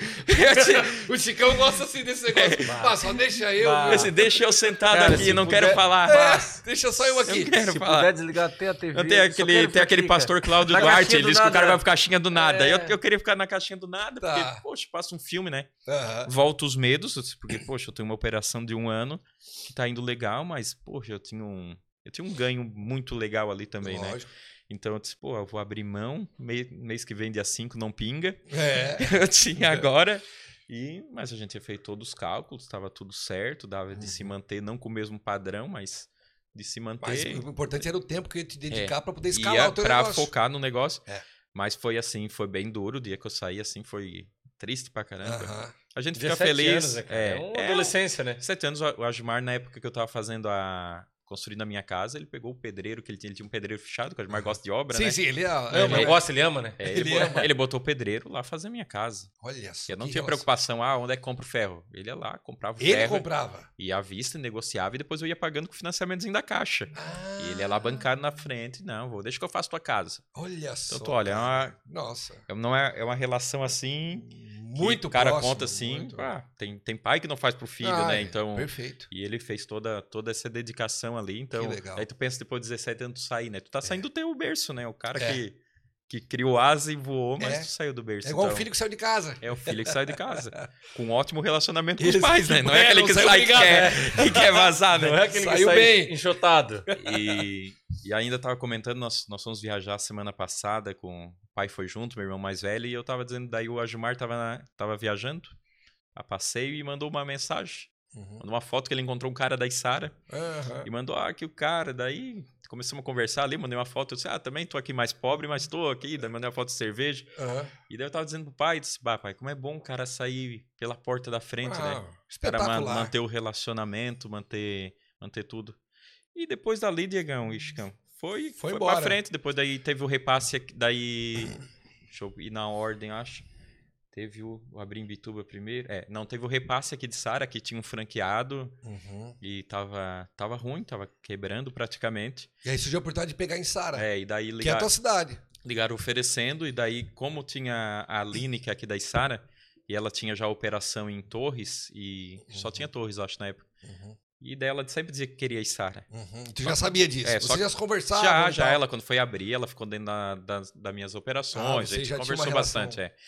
S1: O Chicão gosta assim desse negócio. Ah, só deixa eu.
S2: Bah.
S1: meu.
S3: Esse, deixa eu sentado
S2: Cara,
S3: aqui,
S2: se
S3: não
S2: puder-
S3: quero falar.
S1: É, deixa só eu
S3: Eu
S1: aqui.
S3: não quero
S2: Se
S3: falar.
S2: puder desligar até a T V.
S3: Não tem
S2: só
S3: aquele,
S2: quero
S3: tem aquele
S2: ficar.
S3: pastor Cláudio
S2: Na
S3: Duarte,
S2: caixinha
S3: ele
S2: do
S3: disse que o cara
S2: nada.
S3: vai pra caixinha do nada.
S2: É.
S3: Eu, eu queria ficar na caixinha do nada,
S1: Tá.
S3: porque, poxa, passa um filme, né?
S1: Aham.
S3: Volta os medos, porque, poxa, eu tenho uma operação de um ano que tá indo legal, mas, poxa, eu tinha um, eu tinha um ganho muito legal ali também, né?
S1: Lógico.
S3: Então eu disse, pô, eu vou abrir mão, mês, mês que vem, dia cinco, não pinga.
S1: É.
S3: Eu tinha agora. E, mas a gente tinha feito todos os cálculos, estava tudo certo, dava de se manter, não com o mesmo padrão, mas de se
S1: Mas
S3: manter.
S1: o importante era o tempo que eu ia te dedicar
S3: É.
S1: pra poder
S3: Ia
S1: escalar o teu
S3: pra
S1: negócio.
S3: focar no negócio.
S1: É.
S3: Mas foi assim, foi bem duro. O dia que eu saí, assim, foi triste pra caramba.
S1: Aham.
S3: A gente fica
S2: dezessete
S3: feliz.
S2: anos, né, cara?
S3: é,
S2: É uma
S3: é,
S2: adolescência, né?
S3: Sete anos, o Ajmar, na época que eu tava fazendo a. Construindo a minha casa, ele pegou o pedreiro que ele tinha. Ele tinha um pedreiro fechado, que o Ajmar gosta de obra,
S1: Sim,
S3: né?
S1: sim, ele é.
S2: Ama,
S1: ele é-
S2: gosta, ele ama, né?
S3: É, ele,
S1: Ele
S3: bo-
S1: ama.
S3: ele botou o pedreiro lá fazer a minha casa.
S1: Olha só.
S3: Eu não
S1: que
S3: tinha
S1: relação.
S3: preocupação, ah, onde é que compra o ferro? Ele ia lá, comprava o
S1: Ele
S3: ferro,
S1: comprava.
S3: ia à vista, negociava e depois eu ia pagando com o financiamentozinho da caixa.
S1: Ah,
S3: E ele ia lá bancado na frente, não, vou, deixa que eu faço tua casa.
S1: Olha só.
S3: Então, tu olha, é uma,
S1: cara. Nossa.
S3: é- não é, é uma relação assim,
S1: Muito
S3: que o cara
S1: próximo,
S3: conta assim,
S1: muito.
S3: ah, tem, tem pai que não faz pro filho,
S1: Ah,
S3: né?
S1: é,
S3: Então,
S1: Perfeito.
S3: e ele fez toda, toda essa dedicação ali, então,
S1: Que legal.
S3: aí tu pensa depois de dezessete anos tu sair, né? Tu tá saindo do teu berço, né? O cara
S1: É.
S3: que, que criou asa e voou, mas
S1: É.
S3: tu saiu do berço.
S1: É igual
S3: então,
S1: o filho que saiu de casa.
S3: É o filho que sai de casa. Com um ótimo relacionamento com
S1: Isso.
S3: os pais, né? Não é
S1: É,
S3: aquele
S1: não
S3: que
S1: saiu
S3: sai que
S1: brigado,
S3: quer, que quer vazar, né?
S2: Não é aquele
S1: Saiu
S2: que sai
S1: bem.
S2: enxotado.
S3: E, e ainda tava comentando, nós, nós fomos viajar semana passada, com o pai foi junto, meu irmão mais velho, e eu tava dizendo, daí o Ajumar tava, na- tava viajando a passeio e mandou uma mensagem,
S1: Uhum.
S3: mandou uma foto que ele encontrou um cara da Isara
S1: Aham.
S3: e mandou, ah, que o cara, daí começamos a conversar ali, mandei uma foto, eu disse, ah, também tô aqui mais pobre, mas tô aqui, daí mandei uma foto de cerveja,
S1: Aham.
S3: e daí eu tava dizendo pro pai, disse, bah, pai, como é bom o cara sair pela porta da frente, né?
S1: Ah,
S3: Para
S1: espetacular.
S3: manter o relacionamento, manter, manter tudo. E depois dali, Diegão e Chicão, foi,
S1: Foi
S3: foi,
S1: embora.
S3: pra frente. Depois daí teve o repasse, aqui- daí, deixa eu ir na ordem, acho. Teve o, o Abrimbituba primeiro. É, não, teve o repasse aqui de Sara, que tinha um franqueado
S1: Uhum.
S3: e tava, tava ruim, tava quebrando praticamente.
S1: E aí surgiu a oportunidade de pegar em Sara,
S3: É, e daí
S1: que é a
S3: ligaram,
S1: tua cidade.
S3: ligaram oferecendo, e daí, como tinha a Aline, que é aqui da Sara, e ela tinha já operação em Torres, e só
S1: Uhum.
S3: tinha Torres, acho, na época.
S1: Uhum.
S3: E daí ela sempre dizia que queria Isara.
S1: Uhum. Tu já sabia disso?
S3: É, só
S1: Vocês
S3: que-
S1: já se conversavam?
S3: Já,
S1: e
S3: já
S1: tal?
S3: ela, quando foi abrir, ela ficou dentro da, das, das minhas operações,
S1: Ah,
S3: a
S1: você
S3: gente
S1: já tinha
S3: conversou
S1: uma relação.
S3: bastante, é.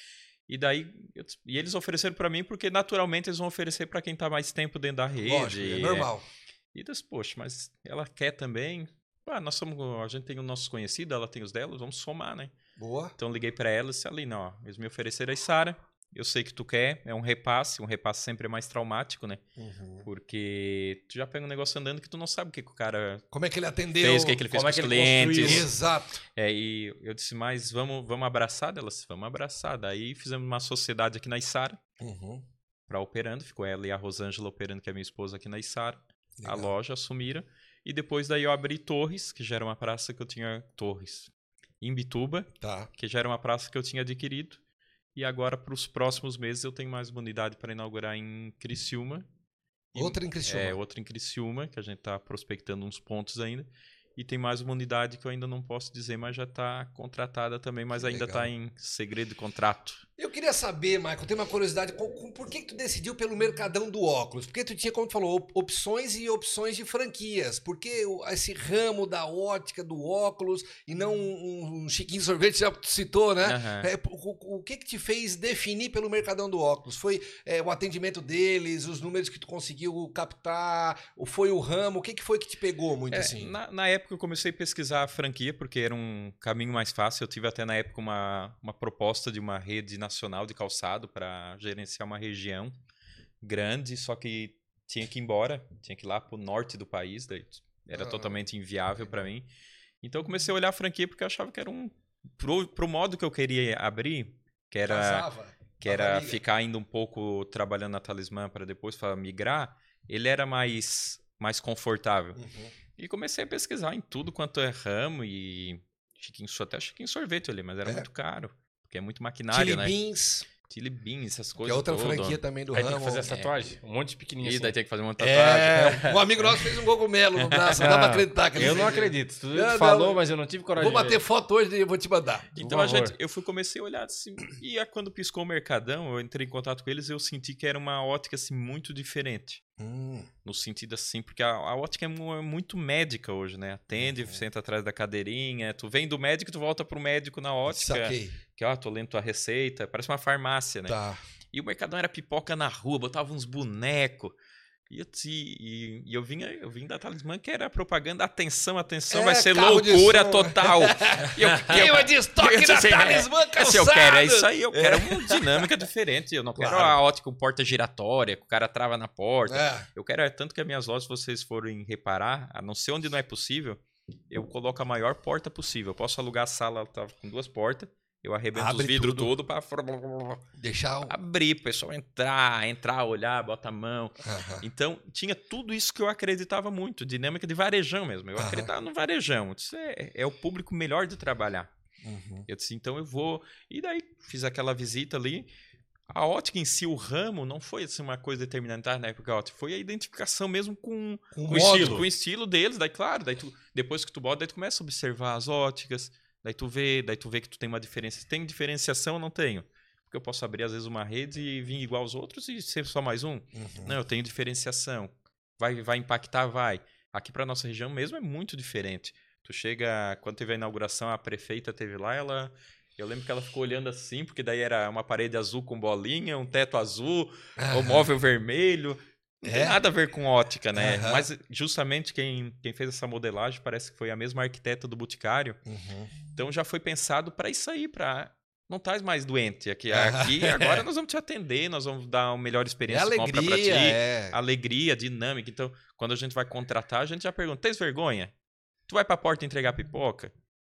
S3: E daí, eu, e eles ofereceram para mim porque naturalmente eles vão oferecer para quem tá mais tempo dentro da rede.
S1: Lógico, é normal.
S3: E eu disse, poxa, mas ela quer também. Ah, nós somos, a gente tem os nossos conhecidos, ela tem os dela, vamos somar, né?
S1: Boa.
S3: Então liguei para ela e disse, Aline, ó, eles me ofereceram a Sara. Eu sei que tu quer, é um repasse, um repasse sempre é mais traumático, né?
S1: Uhum.
S3: Porque tu já pega um negócio andando que tu não sabe o que, que o cara
S1: Como é que ele atendeu?
S3: fez, o que, que ele fez
S2: Como
S3: com
S2: é
S3: os
S2: que ele
S3: clientes.
S2: construiu.
S1: Exato.
S3: É, e eu disse, mas vamos, vamos abraçar? Ela disse, vamos abraçar. Daí fizemos uma sociedade aqui na Sara,
S1: Uhum.
S3: para operando. Ficou ela e a Rosângela operando, que é minha esposa, aqui na Sara. A
S1: Legal.
S3: loja assumiram. E depois daí eu abri Torres, que já era uma praça que eu tinha... Torres. Em Bituba,
S1: Tá.
S3: que já era uma praça que eu tinha adquirido. E agora, para os próximos meses, eu tenho mais uma unidade para inaugurar em Criciúma. E-
S1: Outra em Criciúma.
S3: É, outra em Criciúma, que a gente está prospectando uns pontos ainda. E tem mais uma unidade que eu ainda não posso dizer, mas já está contratada também, mas
S1: Que
S3: ainda
S1: legal.
S3: está em segredo de contrato.
S1: Eu queria saber, Michael, tem uma curiosidade, com, com- por que, que tu decidiu pelo mercadão do óculos? Porque tu tinha, como tu falou, op- opções e opções de franquias. Por que o- esse ramo da ótica, do óculos, e não um, um Chiquinho Sorvete, já tu citou, né?
S3: Aham.
S1: É, o, o que que te fez definir pelo mercadão do óculos? Foi é, o atendimento deles, os números que tu conseguiu captar, ou foi o ramo? O que, que foi que te pegou muito
S3: É,
S1: assim?
S3: na, na época eu comecei a pesquisar a franquia, porque era um caminho mais fácil. Eu tive até na época uma, uma proposta de uma rede nacional de calçado para gerenciar uma região grande, só que tinha que ir embora, tinha que ir lá para o norte do país, daí era
S1: Ah,
S3: totalmente inviável para mim. Então eu comecei a olhar a franquia porque eu achava que era um... Pro, pro modo que eu queria abrir, que era...
S1: Casava?
S3: que
S1: Dava
S3: era
S1: liga?
S3: ficar ainda um pouco trabalhando na Talismã para depois pra migrar, ele era mais, mais confortável.
S1: Uhum.
S3: E comecei a pesquisar em tudo quanto é ramo e Chiquinho, até Chiquinho Sorvete ali, mas era
S1: É.
S3: muito caro, porque é muito maquinário,
S1: Chili
S3: né?
S1: Beans,
S3: Chili Beans, essas
S1: que
S3: coisas
S1: é outra
S3: todas.
S1: franquia também do
S2: Aí
S1: ramo.
S2: tem que fazer essa tatuagem. Um monte de pequenininho
S3: E
S2: assim.
S3: daí tem que fazer uma tatuagem.
S1: É, um amigo nosso fez um cogumelo no braço, não dá pra acreditar. Que ele
S2: Eu não
S1: fez.
S2: acredito. Tu
S1: Não,
S2: falou,
S1: não.
S2: mas eu não tive coragem
S1: Vou
S2: de
S1: bater
S2: ver.
S1: foto hoje e eu vou te mandar.
S3: Então
S2: Por
S3: a gente,
S2: favor.
S3: eu fui comecei a olhar assim, e aí, quando piscou o Mercadão, eu entrei em contato com eles, eu senti que era uma ótica assim muito diferente.
S1: Hum,
S3: No sentido assim, porque a, a ótica é, mu- é muito médica hoje, né? Atende,
S1: Uhum.
S3: senta atrás da cadeirinha, tu vem do médico, tu volta pro médico na ótica,
S1: saquei.
S3: que ó, tô lendo tua receita, parece uma farmácia, né?
S1: Tá.
S3: E o Mercadão era pipoca na rua, botava uns bonecos. E eu, te- e, e eu, vinha, eu vim da Talismã, que era propaganda, atenção, atenção,
S1: É,
S3: vai ser
S1: carro de
S3: loucura
S1: som.
S3: total. E eu,
S1: Queima de estoque
S3: eu
S1: da
S3: disse, é,
S1: Talismã
S3: assim, eu quero, é
S1: Calçados.
S3: isso aí, eu quero uma dinâmica diferente. Eu não quero
S1: Claro.
S3: a ótica com porta giratória, que o cara trava na porta.
S1: É.
S3: Eu quero, é tanto que as minhas lojas, se vocês forem reparar, a não ser onde não é possível, eu coloco a maior porta possível. Eu posso alugar a sala tá, com duas portas, eu arrebento
S1: Abre
S3: os vidros
S1: tudo.
S3: tudo para
S1: Deixar o...
S3: abrir, pro pessoal entrar, entrar, olhar, bota a mão.
S1: Aham.
S3: Então, tinha tudo isso que eu acreditava muito, dinâmica de varejão mesmo. Eu
S1: Aham.
S3: acreditava no varejão. Isso é, é o público melhor de trabalhar.
S1: Uhum.
S3: Eu disse, então eu vou. E daí fiz aquela visita ali. A ótica em si, o ramo, não foi assim, uma coisa determinante na época, a ótica, foi a identificação mesmo com,
S1: Com
S3: com, o
S1: modo.
S3: estilo, com o estilo deles. Daí, claro, daí tu, depois que tu bota, daí tu começa a observar as óticas, daí tu vê, daí tu vê que tu tem uma diferença. Tem diferenciação ou não tenho? Porque eu posso abrir, às vezes, uma rede e vir igual aos outros e ser só mais um.
S1: Uhum.
S3: Não, eu tenho diferenciação. Vai, vai impactar? Vai. Aqui para nossa região mesmo é muito diferente. Tu chega, quando teve a inauguração, a prefeita teve lá, ela... Eu lembro que ela ficou olhando assim, porque daí era uma parede azul com bolinha, um teto azul, o
S1: Aham.
S3: móvel vermelho. Não tem
S1: É?
S3: nada a ver com ótica, né?
S1: Aham.
S3: Mas justamente quem, quem fez essa modelagem parece que foi a mesma arquiteta do Boticário.
S1: Uhum.
S3: Então já foi pensado para isso aí, para... Não estás mais doente. Aqui,
S1: Aham.
S3: aqui agora nós vamos te atender, nós vamos dar uma melhor
S1: É
S3: experiência de compra para ti.
S1: alegria, é.
S3: Alegria, dinâmica. Então, quando a gente vai contratar, a gente já pergunta: tens vergonha? Tu vai pra porta entregar pipoca?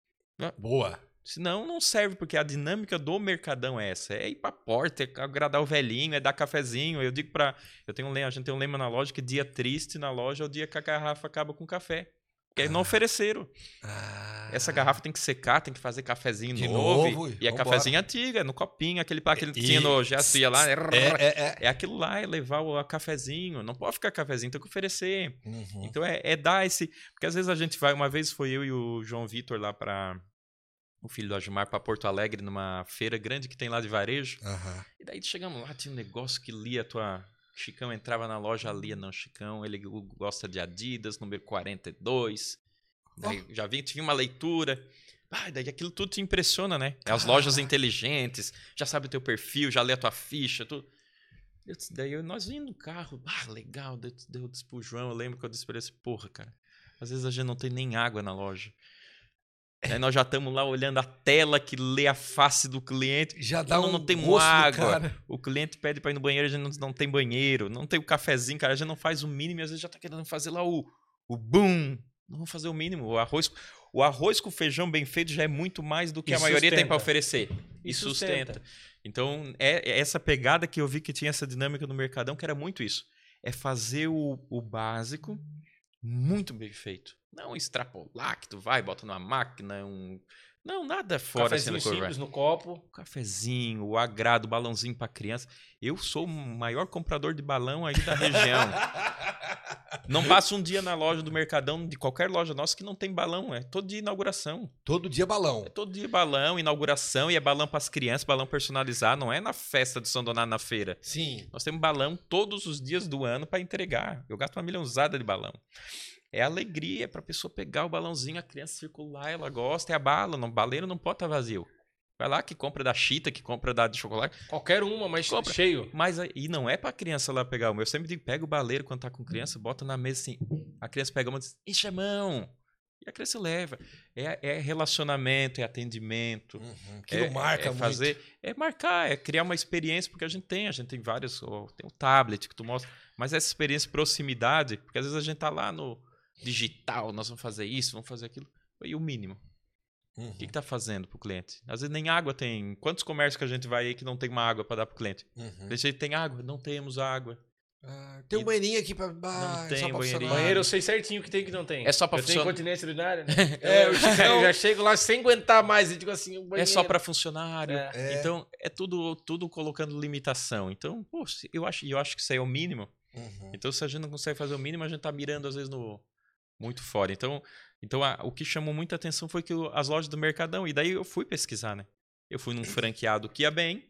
S1: Boa.
S3: Senão, não serve, porque a dinâmica do Mercadão é essa. É ir pra porta, é agradar o velhinho, é dar cafezinho. Eu digo pra... Eu tenho um lema, a gente tem um lema na loja que dia triste na loja é o dia que a garrafa acaba com café. Porque aí não ofereceram.
S1: Ah.
S3: Essa garrafa tem que secar, tem que fazer cafezinho
S1: De
S3: novo.
S1: novo,
S3: e é
S1: vambora.
S3: cafezinho antigo, é no copinho, aquele, aquele que
S1: E-
S3: tinha no gesto, ia lá...
S1: É, é, é.
S3: É aquilo lá, é levar o cafezinho. Não pode ficar cafezinho, tem que oferecer.
S1: Uhum.
S3: Então é, é dar esse... Porque às vezes a gente vai... Uma vez foi eu e o João Vitor lá para... O filho do Agimar, para Porto Alegre, numa feira grande que tem lá de varejo.
S1: Aham.
S3: E daí chegamos lá, tinha um negócio que lia a tua... Chicão entrava na loja, lia, não, Chicão, ele gosta de Adidas, número quarenta e dois. Daí já vinha, tinha uma leitura. Ah, daí aquilo tudo te impressiona, né? As
S1: Caraca.
S3: lojas inteligentes, já sabe o teu perfil, já lê a tua ficha, tudo. Eu, daí eu, nós vimos no carro, ah, legal, daí eu disse pro João, eu lembro que eu disse pra ele assim, porra, cara, às vezes a gente não tem nem água na loja. Aí nós já estamos lá olhando a tela que lê a face do cliente.
S1: Já dá
S3: não,
S1: um
S3: não tem
S1: gosto do
S3: água.
S1: cara.
S3: O cliente pede para ir no banheiro, a gente não, não tem banheiro. Não tem o cafezinho, cara. A gente não faz o mínimo e às vezes já tá querendo fazer lá o, o boom. Não vamos fazer o mínimo. O arroz, o arroz com feijão bem feito já é muito mais do que
S2: E
S3: a maioria
S2: sustenta.
S3: tem para oferecer. E,
S2: E
S3: sustenta.
S2: sustenta.
S3: Então, é, é essa pegada que eu vi que tinha essa dinâmica no Mercadão, que era muito isso. É fazer o, o básico muito bem feito. Não extrapolar que tu vai, bota numa máquina, um... Não, nada fora assim
S2: Cafezinho
S3: da curva.
S2: simples no copo.
S3: O cafezinho, o agrado, o balãozinho pra criança. Eu sou o maior comprador de balão aí da região. Não passa um dia na loja do Mercadão, de qualquer loja nossa, que não tem balão. É todo dia inauguração.
S1: Todo dia balão.
S3: É todo dia balão, inauguração, e é balão pras crianças, balão personalizado. Não é na festa de São Donato na feira.
S1: Sim.
S3: Nós temos balão todos os dias do ano para entregar. Eu gasto uma milhãozada de balão. É alegria para a pessoa pegar o balãozinho, a criança circular, ela gosta, é a bala. O baleiro não pode estar vazio. Vai lá que compra da Chita, que compra da de chocolate.
S2: Qualquer uma, mas
S3: Compra.
S2: cheio.
S3: Mas e não é para a criança lá pegar o meu. Eu sempre digo, pega o baleiro quando tá com criança, bota na mesa assim. A criança pega uma e diz, enche a mão. E a criança leva. É, é relacionamento, é atendimento.
S1: Uhum. Aquilo
S3: é,
S1: marca
S3: é fazer,
S1: muito.
S3: É marcar, é criar uma experiência, porque a gente tem, a gente tem vários, ó, tem o tablet que tu mostra, mas essa experiência de proximidade, porque às vezes a gente tá lá no digital, nós vamos fazer isso, vamos fazer aquilo, e o mínimo.
S1: Uhum.
S3: O que que tá fazendo pro cliente? Às vezes nem água tem. Quantos comércios que a gente vai aí que não tem uma água para dar pro cliente?
S1: Uhum.
S3: A gente tem água? Não temos água.
S1: Ah, tem um
S3: E-
S1: banheirinho aqui pra. Ah,
S3: Não
S1: é
S3: tem
S1: só pra
S3: banheirinho.
S1: funcionar.
S2: Banheiro eu sei certinho o que tem e o que não tem.
S3: É só pra
S2: eu tenho
S3: funcionar.
S2: incontinência urinária, né?
S1: É,
S2: eu,
S1: o
S2: já,
S1: Chicão-
S2: eu já chego lá sem aguentar mais e digo assim, o
S3: É
S2: banheiro.
S3: só para funcionário.
S2: É.
S1: É.
S3: Então, é tudo, tudo colocando limitação. Então, pô, se- eu acho, eu acho que isso aí é o mínimo.
S1: Uhum.
S3: Então, se a gente não consegue fazer o mínimo, a gente tá mirando, às vezes, no muito fora. Então, então a- o que chamou muita atenção foi que o- as lojas do Mercadão. E daí eu fui pesquisar, né? Eu fui num franqueado que ia bem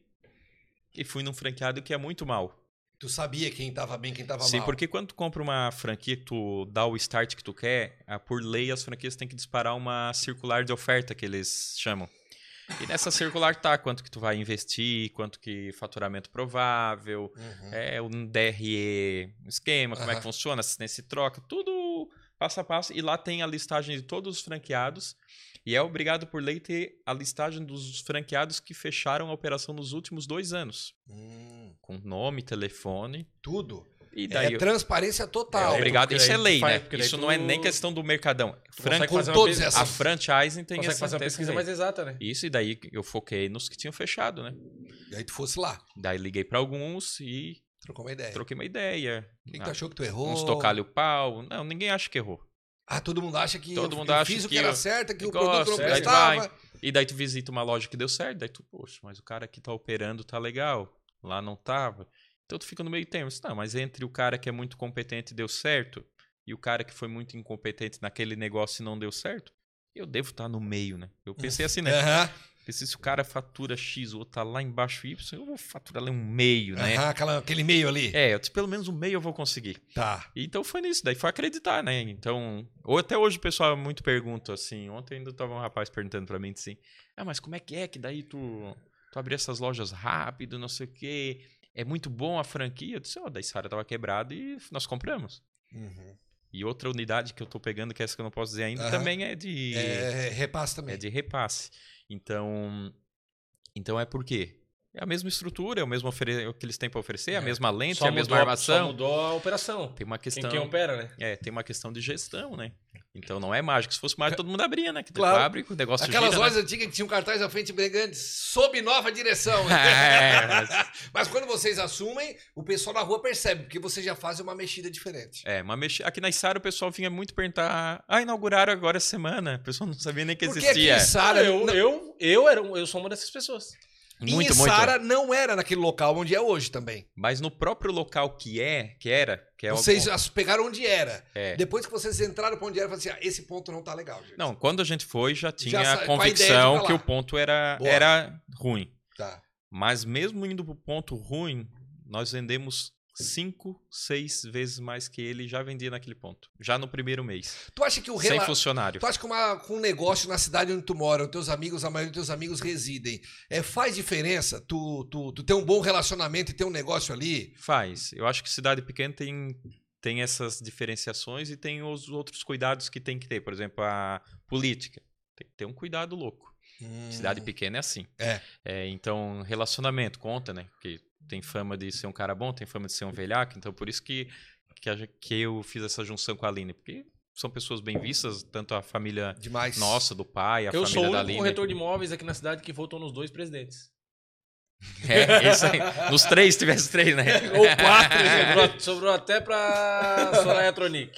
S3: e fui num franqueado que ia muito mal.
S1: Tu sabia quem tava bem, quem tava
S3: Sim,
S1: mal.
S3: porque quando tu compra uma franquia que tu dá o start que tu quer, ah, por lei as franquias têm que disparar uma circular de oferta, que eles chamam. E nessa circular tá quanto que tu vai investir, quanto que faturamento provável,
S1: Uhum.
S3: é um D R E, um esquema, como é que
S1: Aham.
S3: funciona, assistência e troca, tudo passo a passo. E lá tem a listagem de todos os franqueados e é obrigado por lei ter a listagem dos franqueados que fecharam a operação nos últimos dois anos.
S1: Hum,
S3: Com nome, telefone.
S1: tudo.
S3: E daí
S1: É
S3: eu-
S1: transparência total.
S3: é, obrigado.
S2: porque
S3: Isso
S2: daí
S3: é
S2: tu
S3: lei,
S2: faz-
S3: né?
S2: porque daí
S3: Isso
S2: tu-
S3: não é nem questão do Mercadão. Fran...
S2: consegue
S1: Com
S2: fazer uma
S1: todos
S2: pesquisa-
S1: essas.
S3: A franchising tem
S2: Consegue
S3: essa,
S2: fazer uma
S3: tem essa
S2: pesquisa
S3: lei.
S2: mais exata, né?
S3: Isso, e daí eu foquei nos que tinham fechado, né?
S1: E aí tu fosse lá,
S3: Daí liguei pra alguns e
S1: trocou uma ideia.
S3: troquei uma ideia.
S1: Quem que
S3: Ah,
S1: tu achou que tu errou?
S3: Uns tocar-lhe o pau. Não, ninguém acha que errou.
S1: Ah, todo mundo acha que
S3: Todo
S1: eu,
S3: mundo
S1: eu
S3: acha
S1: fiz o que,
S3: que
S1: era
S3: eu-
S1: certo, que
S3: eu
S1: o produto não
S3: gosto, aí
S1: prestava.
S3: E daí tu visita uma loja que deu certo, daí tu, poxa, mas o cara que tá operando tá legal, lá não tava. Então tu fica no meio termo. Não, mas entre o cara que é muito competente e deu certo, e o cara que foi muito incompetente naquele negócio e não deu certo, eu devo estar no meio, né? Eu pensei assim, né?
S1: Aham,
S3: Pensei, se o cara fatura X, o outro tá lá embaixo Y, eu vou faturar ali um meio, né?
S1: aham, aquela- aquele meio ali.
S3: É, eu disse, pelo menos um meio eu vou conseguir.
S1: Tá.
S3: Então foi nisso, daí foi acreditar, né? Então, ou até hoje o pessoal muito pergunta assim, ontem ainda tava um rapaz perguntando pra mim assim, ah, mas como é que é que daí tu, tu abriu essas lojas rápido, não sei o quê, é muito bom a franquia? Eu disse, ó, daí Sara tava quebrada e nós compramos.
S1: Uhum.
S3: E outra unidade que eu tô pegando, que é essa que eu não posso dizer ainda,
S1: Aham.
S3: também é de,
S1: É, repasse também.
S3: é de repasse. Então, então é por quê? É a mesma estrutura, é o mesmo ofere- o que eles têm para oferecer, é a
S1: É.
S3: mesma lente,
S2: Só
S3: é a mesma
S2: mudou,
S3: armação.
S2: Só mudou a operação.
S3: Tem uma
S2: Quem,
S3: questão,
S2: quem opera, né?
S3: é, tem uma questão de gestão, né? Então não é mágico. Se fosse mágico, todo mundo abria, né? Que
S1: Claro.
S3: tu abre, o negócio
S1: Aquelas
S3: gira,
S1: lojas antigas que tinham cartaz à frente brilhante, sob nova direção.
S3: né? É, mas-
S1: Mas quando vocês assumem, o pessoal na rua percebe, porque vocês já fazem uma mexida diferente.
S3: é, mas mexe... aqui na Isara o pessoal vinha muito perguntar, ah, inauguraram agora essa semana. O pessoal não sabia nem que
S1: Porque
S3: existia.
S1: aqui em Sara,
S2: eu,
S1: não-
S2: eu, eu, era, um- eu sou uma dessas pessoas.
S3: Muito,
S1: em
S3: muito.
S1: Sara não era naquele local onde é hoje também.
S3: Mas no próprio local que é, que era, que é o-
S1: Vocês as pegaram onde era.
S3: É.
S1: Depois que vocês entraram pra onde era, falaram assim, ah, esse ponto não tá legal, gente.
S3: Não, quando a gente foi, já tinha
S1: sa-
S3: a
S1: com a ideia de
S3: convicção
S1: falar.
S3: que o ponto era,
S1: Boa.
S3: era ruim.
S1: Tá.
S3: Mas mesmo indo pro ponto ruim, nós vendemos cinco, seis vezes mais que ele já vendia naquele ponto. Já no primeiro mês.
S1: Tu acha que o
S3: Sem
S1: rela...
S3: funcionário.
S1: Tu acha que uma, com um negócio na cidade onde tu mora, onde teus amigos, a maioria dos teus amigos residem, é, faz diferença tu, tu, tu ter um bom relacionamento e ter um negócio ali?
S3: Faz. Eu acho que cidade pequena tem, tem essas diferenciações e tem os outros cuidados que tem que ter. Por exemplo, a política. Tem que ter um cuidado louco.
S1: Hum.
S3: Cidade pequena é assim.
S1: É.
S3: É, então, relacionamento conta, né? Porque tem fama de ser um cara bom, tem fama de ser um velhaco. Então, por isso que, que, a, que eu fiz essa junção com a Aline. Porque são pessoas bem vistas, tanto a família
S1: Demais.
S3: nossa, do pai, a
S2: Eu
S3: família
S2: sou o
S3: da
S2: único
S3: Aline.
S2: corretor de imóveis aqui na cidade que votou nos dois presidentes.
S3: É, isso aí. Nos três, tivesse três, né?
S2: Ou quatro, sobrou, sobrou até pra Soraya Tronic.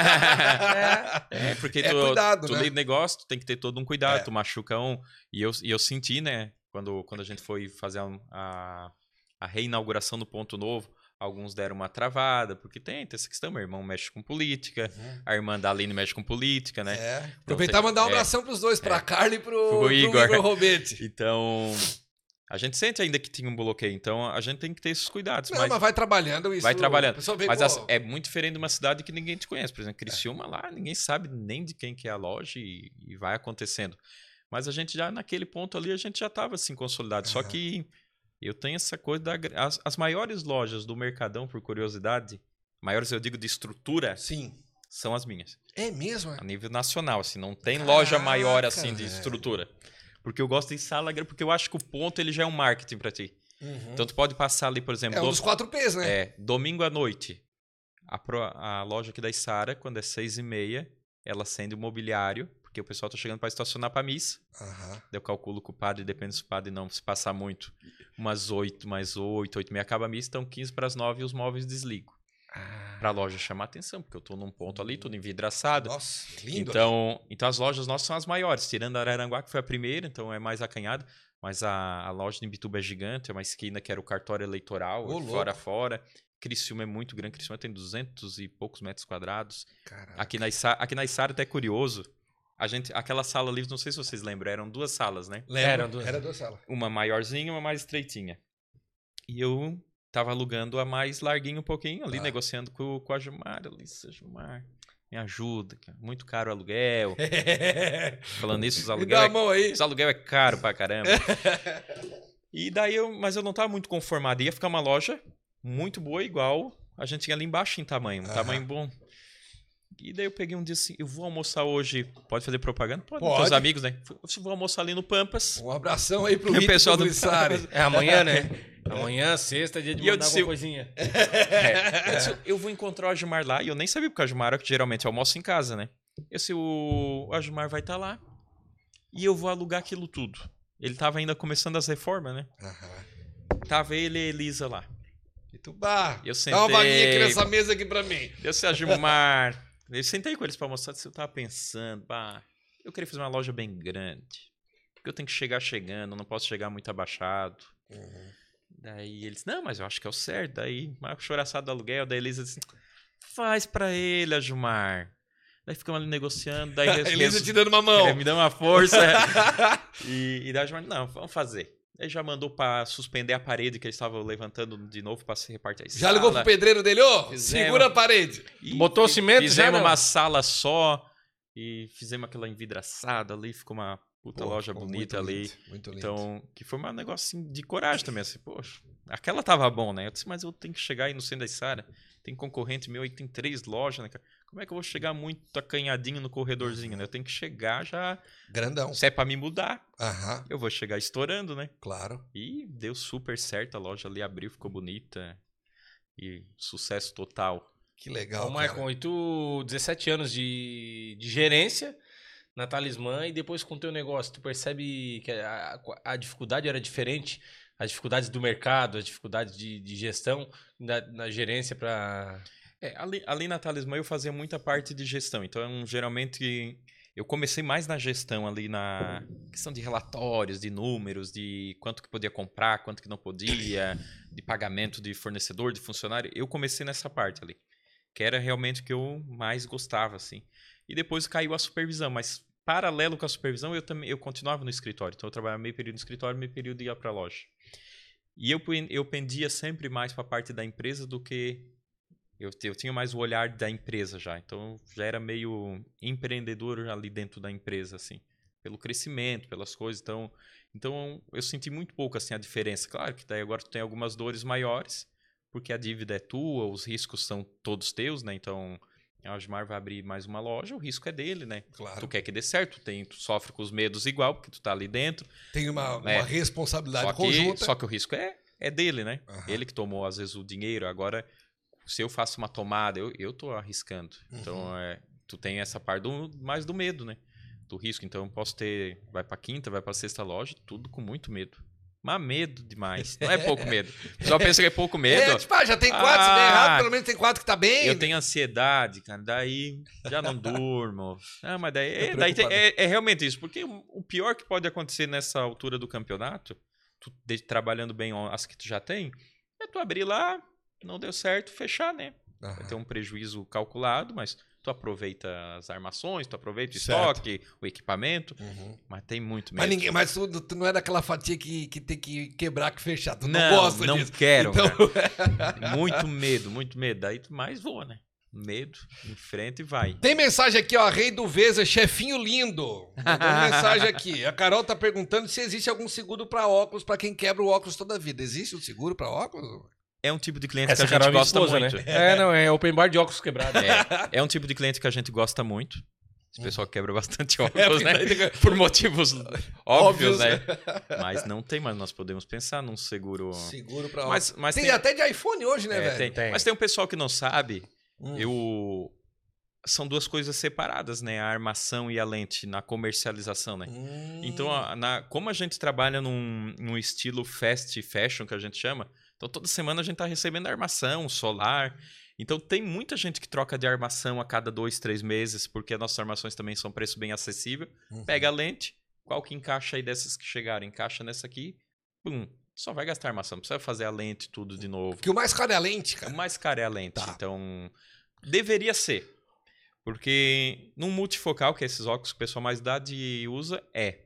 S3: É, porque
S1: É
S3: tu,
S1: cuidado,
S3: tu
S1: né?
S3: lida negócio, tu tem que ter todo um cuidado,
S1: É.
S3: tu machuca um. E eu, e eu senti, né, quando, quando a gente foi fazer a, a, a reinauguração do Ponto Novo, alguns deram uma travada, porque tem, tem essa questão, meu irmão mexe com política,
S1: Uhum.
S3: a irmã da Aline mexe com política, né?
S1: É.
S3: Então,
S1: Aproveitar e mandar um
S3: é.
S1: abração pros dois, pra Carla e pro,
S3: Pro
S1: pro
S3: Igor.
S1: Igor Robetti.
S3: Então, a gente sente ainda que tinha um bloqueio, então a gente tem que ter esses cuidados.
S1: Não,
S3: mas
S1: mas vai trabalhando isso.
S3: vai trabalhando.
S1: a pessoa vê,
S3: Mas
S1: pô,
S3: as- é muito diferente de uma cidade que ninguém te conhece. Por exemplo, Criciúma lá, ninguém sabe nem de quem que é a loja e, e vai acontecendo. Mas a gente já, naquele ponto ali, a gente já estava assim consolidado. Só
S1: Aham.
S3: que eu tenho essa coisa da... As, as maiores lojas do Mercadão, por curiosidade, maiores eu digo de estrutura,
S1: Sim.
S3: são as minhas.
S1: É mesmo?
S3: A nível nacional, assim. Não tem loja maior
S1: Caraca,
S3: assim de
S1: velho.
S3: estrutura. Porque eu gosto de sala grande, porque eu acho que o ponto ele já é um marketing para ti.
S1: Uhum.
S3: Então tu pode passar ali, por exemplo...
S1: É um
S3: do-
S1: dos quatro P's, né?
S3: é, domingo à noite, a, pro- a loja aqui da Isara, quando é seis e meia, ela acende o mobiliário, porque o pessoal tá chegando para estacionar para missa.
S1: Aham.
S3: Daí eu calculo que o padre, depende se o padre não se passar muito, umas oito, mais oito, oito e meia acaba a missa, então quinze para as nove e os móveis desligam.
S1: Ah,
S3: Pra loja chamar atenção, porque eu tô num ponto ali, tudo envidraçado.
S1: nossa, lindo.
S3: Então, então as lojas nossas são as maiores, tirando a Araranguá, que foi a primeira, então é mais acanhada. Mas a, a loja de Imbituba é gigante, é uma esquina que era o cartório eleitoral,
S1: Ô,
S3: fora a
S1: louco.
S3: fora. Criciúma é muito grande, Criciúma tem duzentos e poucos metros quadrados.
S1: Caraca.
S3: Aqui na, Issa- aqui na Içara até é curioso, a gente, aquela sala livre, não sei se vocês lembram, eram duas salas, né?
S1: Lembra?
S2: Era duas.
S1: Era duas salas.
S3: Uma maiorzinha e uma mais estreitinha. E eu tava alugando a mais larguinha um pouquinho, ali
S1: Tá.
S3: negociando com, com a Gilmar. Eu disse, Gilmar, me ajuda, cara, muito caro o aluguel. Falando nisso, os
S1: Me
S3: aluguel
S1: dá a
S3: é
S1: mão aí.
S3: Esse aluguel é caro pra caramba. E daí eu, mas eu não tava muito conformado. Ia ficar uma loja muito boa, igual a gente tinha ali embaixo em tamanho, um
S1: Aham.
S3: tamanho bom. E daí eu peguei um dia assim, eu vou almoçar hoje. Pode fazer propaganda? Pode.
S1: Pode.
S3: Teus amigos, né? Eu vou almoçar ali no Pampas.
S1: Um abração aí pro
S3: E o
S1: Vitor
S3: pessoal do
S1: Publissari.
S2: É amanhã, né? Amanhã, sexta, é dia de
S3: E eu
S2: mandar
S3: disse-
S2: alguma coisinha.
S3: É, eu, disse, eu vou encontrar o Agimar lá. E eu nem sabia, porque o Agimar que geralmente almoça em casa, né? Eu disse, o, o Agimar vai estar lá. E eu vou alugar aquilo tudo. Ele tava ainda começando as reformas, né?
S1: Aham.
S3: Tava ele e a Elisa lá.
S1: E tu, bah,
S3: Eu
S1: dá uma vaguinha aqui
S3: sentei-
S1: nessa mesa aqui pra mim.
S3: Eu sei, a Gilmar. Eu sentei com eles pra almoçar, eu tava pensando, bah, eu queria fazer uma loja bem grande. Porque eu tenho que chegar chegando, não posso chegar muito abaixado.
S1: Uhum.
S3: Daí eles, não, mas eu acho que é o certo. Daí, o choraçado do aluguel, daí a Elisa disse, faz pra ele, Agilmar. Daí ficamos ali negociando, daí
S1: A
S3: res-
S1: Elisa
S3: res-
S1: te dando uma mão.
S3: é, me dá uma força. e, e daí a Gilmar, não, vamos fazer. Daí já mandou pra suspender a parede que eles estavam levantando de novo pra se repartir a
S1: Já ligou pro pedreiro dele, ô,
S3: Fizemos.
S1: segura a parede.
S3: E
S2: Botou
S3: fi-
S2: cimento já,
S3: Fizemos
S2: não?
S3: uma sala só e fizemos aquela envidraçada ali, ficou uma puta
S1: Pô,
S3: loja
S1: ficou
S3: bonita
S1: muito
S3: ali.
S1: lindo, muito lindo.
S3: Então, que foi um negócio assim, de coragem também, assim, poxa, aquela tava bom, né? Eu disse, mas eu tenho que chegar aí no centro da Içara, tem concorrente meu aí que tem três lojas, né, cara? Como é que eu vou chegar muito acanhadinho no corredorzinho, né? Eu tenho que chegar já,
S1: Grandão.
S3: se é pra me mudar,
S1: Aham,
S3: eu vou chegar estourando, né?
S1: claro.
S3: E deu super certo, a loja ali abriu, ficou bonita e sucesso total.
S1: Que legal,
S2: Ô,
S1: cara.
S2: Maicon, e tu, dezessete anos de, de gerência na Talismã e depois com o teu negócio, tu percebe que a, a dificuldade era diferente? As dificuldades do mercado, as dificuldades de, de gestão na, na gerência para...
S3: É, ali, ali na Talismã eu fazia muita parte de gestão, então geralmente eu comecei mais na gestão ali na questão de relatórios, de números, de quanto que podia comprar, quanto que não podia, de pagamento de fornecedor, de funcionário. Eu comecei nessa parte ali, que era realmente o que eu mais gostava, assim. E depois caiu a supervisão, mas paralelo com a supervisão eu também eu continuava no escritório, então eu trabalhava meio período no escritório, meio período ia para a loja. E eu, eu pendia sempre mais para a parte da empresa do que... Eu, eu tinha mais o olhar da empresa já. Então, já era meio empreendedor ali dentro da empresa, assim. Pelo crescimento, pelas coisas. Então, então eu senti muito pouco assim, a diferença. Claro que daí agora tu tem algumas dores maiores, porque a dívida é tua, os riscos são todos teus, né? Então, a Algimar vai abrir mais uma loja, o risco é dele, né?
S1: Claro.
S3: Tu quer que dê certo, tem, tu sofre com os medos igual, porque tu tá ali dentro.
S1: Tem uma,
S3: É.
S1: uma responsabilidade
S3: Só que,
S1: conjunta.
S3: só que o risco é, é dele, né?
S1: Aham.
S3: Ele que tomou, às vezes, o dinheiro. Agora, se eu faço uma tomada, eu, eu tô arriscando.
S1: Uhum.
S3: Então, é, tu tem essa parte do, mais do medo, né? Do risco. Então, eu posso ter... Vai pra quinta, vai pra sexta loja, tudo com muito medo. Mas medo demais. Não é pouco medo. O pessoal pensa que é pouco medo.
S1: É, tipo, ah, já tem quatro,
S3: Ah,
S1: se der errado, pelo menos tem quatro que tá bem.
S3: Eu tenho ansiedade, cara. Daí já não durmo. Ah, mas daí,
S1: Tô
S3: é, daí tem-
S1: preocupado.
S3: é, é realmente isso. Porque o o pior que pode acontecer nessa altura do campeonato, tu de- trabalhando bem as que tu já tem, é tu abrir lá, não deu certo, fechar, né? Vai
S1: Aham.
S3: ter um prejuízo calculado, mas tu aproveita as armações, tu aproveita o
S1: Certo.
S3: estoque, o equipamento,
S1: Uhum.
S3: mas tem muito medo.
S1: Mas, ninguém, mas tu, tu não é daquela fatia que, que tem que quebrar que fechar. Tu não,
S3: Não,
S1: gosta
S3: não
S1: disso.
S3: quero,
S1: Então,
S3: Muito medo, muito medo. Daí tu mais voa, né? Medo, enfrenta e vai.
S1: tem mensagem aqui, ó. Rei do Veza, chefinho lindo. Mandou uma mensagem aqui. A Carol tá perguntando se existe algum seguro pra óculos pra quem quebra o óculos toda a vida. Existe um seguro pra óculos?
S3: É um tipo de cliente
S2: Essa
S3: que a
S2: cara é
S3: gente
S2: minha
S3: gosta
S2: esposa,
S3: muito.
S2: né? É, não, é open bar de óculos quebrados.
S3: É, é um tipo de cliente que a gente gosta muito. Esse pessoal quebra bastante
S1: É,
S3: óculos,
S1: porque
S3: né?
S1: daí-
S3: Por motivos
S1: Óbvios,
S3: óbvios, né? Mas não tem, mas nós podemos pensar num seguro.
S1: Seguro pra óculos.
S3: Mas, mas
S1: tem,
S3: tem,
S1: até de iPhone hoje, né,
S3: é,
S1: velho?
S3: tem.
S2: Tem.
S3: Mas tem um pessoal que não sabe.
S1: Hum.
S3: Eu são duas coisas separadas, né? A armação e a lente na comercialização, né?
S1: Hum.
S3: Então, a- na, como a gente trabalha num, num estilo fast fashion, que a gente chama, então toda semana a gente está recebendo armação, solar. Então, tem muita gente que troca de armação a cada dois, três meses, porque as nossas armações também são preço bem acessível.
S1: Uhum.
S3: Pega a lente, qual que encaixa aí dessas que chegaram? Encaixa nessa aqui, pum, só vai gastar armação. Não precisa fazer a lente tudo de novo.
S1: Porque o mais caro é a lente,
S3: O
S1: cara.
S3: mais caro é a lente.
S1: Tá.
S3: Então, deveria ser. Porque num multifocal, que é esses óculos que o pessoal mais dá de usa, é.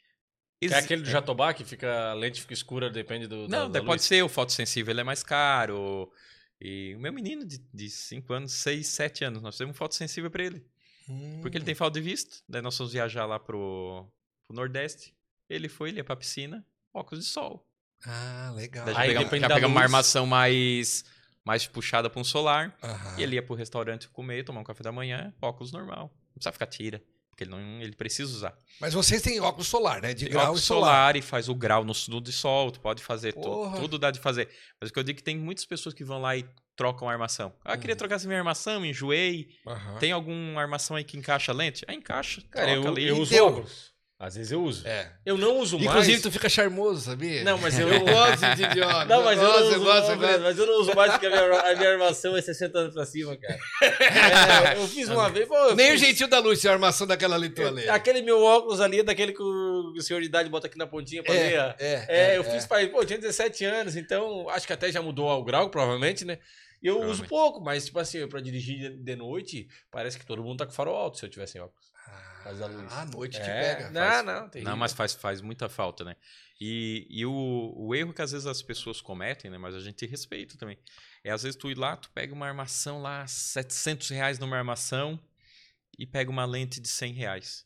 S2: É
S3: Exi-
S2: aquele do Jatobá que fica, a lente fica escura, depende do. da-
S3: Não,
S2: da
S3: daí pode
S2: luz.
S3: ser, o fotossensível ele é mais caro. E o meu menino de cinco anos, seis, sete anos, nós fizemos um fotossensível para ele.
S1: Hum.
S3: Porque ele tem falta de vista. Daí nós fomos viajar lá pro, pro Nordeste. Ele foi, ele ia pra piscina, óculos de sol.
S1: Ah, legal.
S3: Daí
S2: Aí
S3: já pegamos,
S2: depende
S3: já
S2: da
S3: pegamos uma
S2: luz.
S3: armação mais, mais puxada para um solar.
S1: Aham.
S3: E ele ia pro restaurante comer, tomar um café da manhã, óculos normal. Não precisa ficar tira, porque ele, não, ele precisa usar.
S1: Mas vocês têm óculos solar, né? De
S3: Tem
S1: grau
S3: óculos
S1: e solar.
S3: solar e faz o grau no, no de sol, tu pode fazer, tu-
S1: Porra.
S3: tudo dá de fazer. Mas o que eu digo é que tem muitas pessoas que vão lá e trocam a armação. Ah, queria
S1: Uhum.
S3: trocar essa minha armação, enjoei.
S1: Aham.
S3: Tem alguma armação aí que encaixa a lente? Ah, encaixa.
S2: Cara,
S3: troca
S2: eu,
S3: ali.
S2: eu uso
S1: deu.
S2: óculos. Às vezes eu uso.
S1: É.
S2: Eu não uso mais.
S1: Inclusive, tu fica charmoso, sabia?
S2: Não, mas eu,
S1: Eu gosto de idiota.
S2: Não, mas eu,
S1: gosto,
S2: não uso,
S1: gosto,
S2: não,
S1: eu gosto.
S2: mas eu não uso mais porque a minha, a minha armação é sessenta anos pra cima, cara. É, eu fiz uma vez, pô, eu
S1: Nem o
S2: fiz-
S1: jeitinho da Lúcia, a armação daquela ali tua ali.
S2: Aquele meu óculos ali é daquele que o senhor de idade bota aqui na pontinha pra ver.
S1: É,
S2: É,
S1: é,
S2: é, eu fiz pra pô, eu tinha dezessete anos, então acho que até já mudou ao grau, provavelmente, né? E eu uso
S3: Provavelmente.
S2: pouco, mas tipo assim, pra dirigir de, de noite, parece que todo mundo tá com farol alto se eu tivesse óculos.
S1: Ah,
S2: Faz a luz.
S1: à noite que
S2: É,
S1: pega.
S2: Não,
S3: Faz-
S2: não, tem.
S3: Não, mas faz, faz muita falta, né? E, e o, o erro que às vezes as pessoas cometem, né? Mas a gente respeita também. É às vezes tu ir lá, tu pega uma armação lá, setecentos reais numa armação e pega uma lente de cem reais.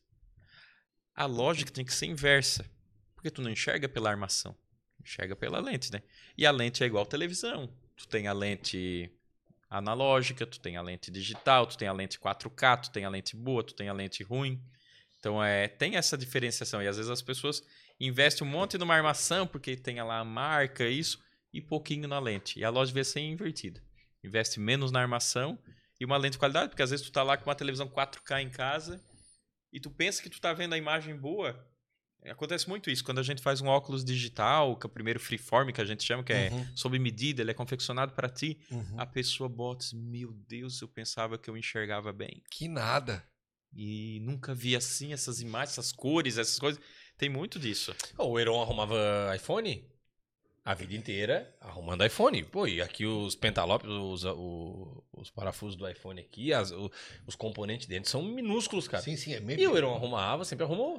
S3: A lógica tem que ser inversa. Porque tu não enxerga pela armação. Enxerga pela lente, né? E a lente é igual televisão. Tu tem a lente analógica, tu tem a lente digital, tu tem a lente quatro K, tu tem a lente boa, tu tem a lente ruim. Então, é, tem essa diferenciação. E às vezes as pessoas investem um monte numa armação porque tem lá a marca, isso, e pouquinho na lente. E a loja devia ser invertida. Investe menos na armação e uma lente de qualidade, porque às vezes tu tá lá com uma televisão quatro K em casa e tu pensa que tu tá vendo a imagem boa. Acontece muito isso. Quando a gente faz um óculos digital, que é o primeiro freeform que a gente chama, que é
S1: Uhum.
S3: sob medida, ele é confeccionado para ti,
S1: Uhum.
S3: a pessoa bota, meu Deus, eu pensava que eu enxergava bem.
S1: Que nada.
S3: E nunca vi assim essas imagens, essas cores, essas coisas. Tem muito disso.
S2: Pô, o Heron arrumava iPhone a vida inteira arrumando iPhone. Pô, e aqui os pentalopes, os, o- os parafusos do iPhone aqui, as- o- os componentes dentro são minúsculos, cara.
S1: Sim, sim, é meio.
S2: E o Heron arrumava, sempre arrumou.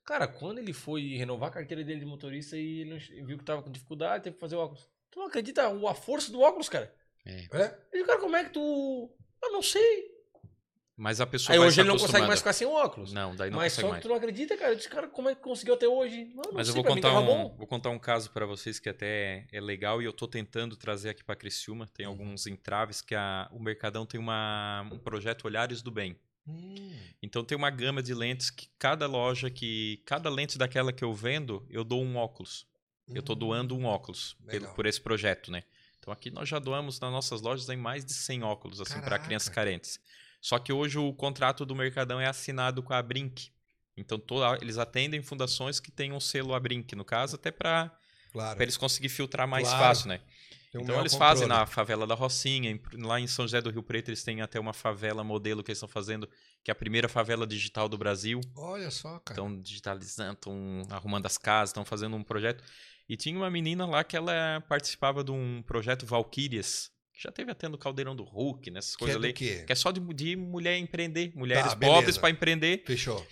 S2: Cara, quando ele foi renovar a carteira dele de motorista e ele não- viu que tava com dificuldade, teve que fazer o óculos. Tu não acredita o- a força do óculos, cara?
S3: É.
S1: É?
S2: Ele, cara, como é que tu... Eu não sei.
S3: Mas a pessoa
S2: Aí
S3: vai
S2: hoje
S3: se
S2: ele não consegue
S3: acostumando.
S2: mais ficar sem óculos.
S3: Não, daí não
S2: Mas
S3: consegue
S2: só
S3: mais.
S2: que tu não acredita, cara. Eu disse, cara, como é que conseguiu até hoje? Não, não
S3: Mas
S2: sei,
S3: eu vou
S2: pra mim
S3: contar,
S2: tava
S3: um,
S2: bom.
S3: vou contar um caso para vocês que até é legal e eu tô tentando trazer aqui para Criciúma. Tem
S1: Uhum.
S3: alguns entraves que a, o Mercadão tem uma, um projeto Olhares do Bem.
S1: Hum.
S3: Então tem uma gama de lentes que cada loja, que cada lente daquela que eu vendo, eu dou um óculos. Eu tô doando um óculos pelo,
S1: Legal.
S3: por esse projeto, né? Então aqui nós já doamos nas nossas lojas em mais de cem óculos assim para
S1: Caraca.
S3: crianças carentes. Só que hoje o contrato do Mercadão é assinado com a Brinc. Então toda, eles atendem fundações que têm um selo Abrinq, no caso, até para
S1: Claro.
S3: eles conseguir filtrar mais
S1: Claro.
S3: fácil, né?
S1: Tem um
S3: Então
S1: maior
S3: eles
S1: controle.
S3: fazem na favela da Rocinha, em- lá em São José do Rio Preto eles têm até uma favela modelo que eles estão fazendo, que é a primeira favela digital do Brasil.
S1: Olha só, cara.
S3: Estão digitalizando, estão arrumando as casas, estão fazendo um projeto. E tinha uma menina lá que ela participava de um projeto Valquírias, que já teve até no Caldeirão do Hulk, nessas
S1: que é
S3: coisas
S1: do
S3: ali.
S1: quê?
S3: Que é só de, de mulher empreender, mulheres
S1: Tá, beleza.
S3: pobres para empreender.
S1: Fechou.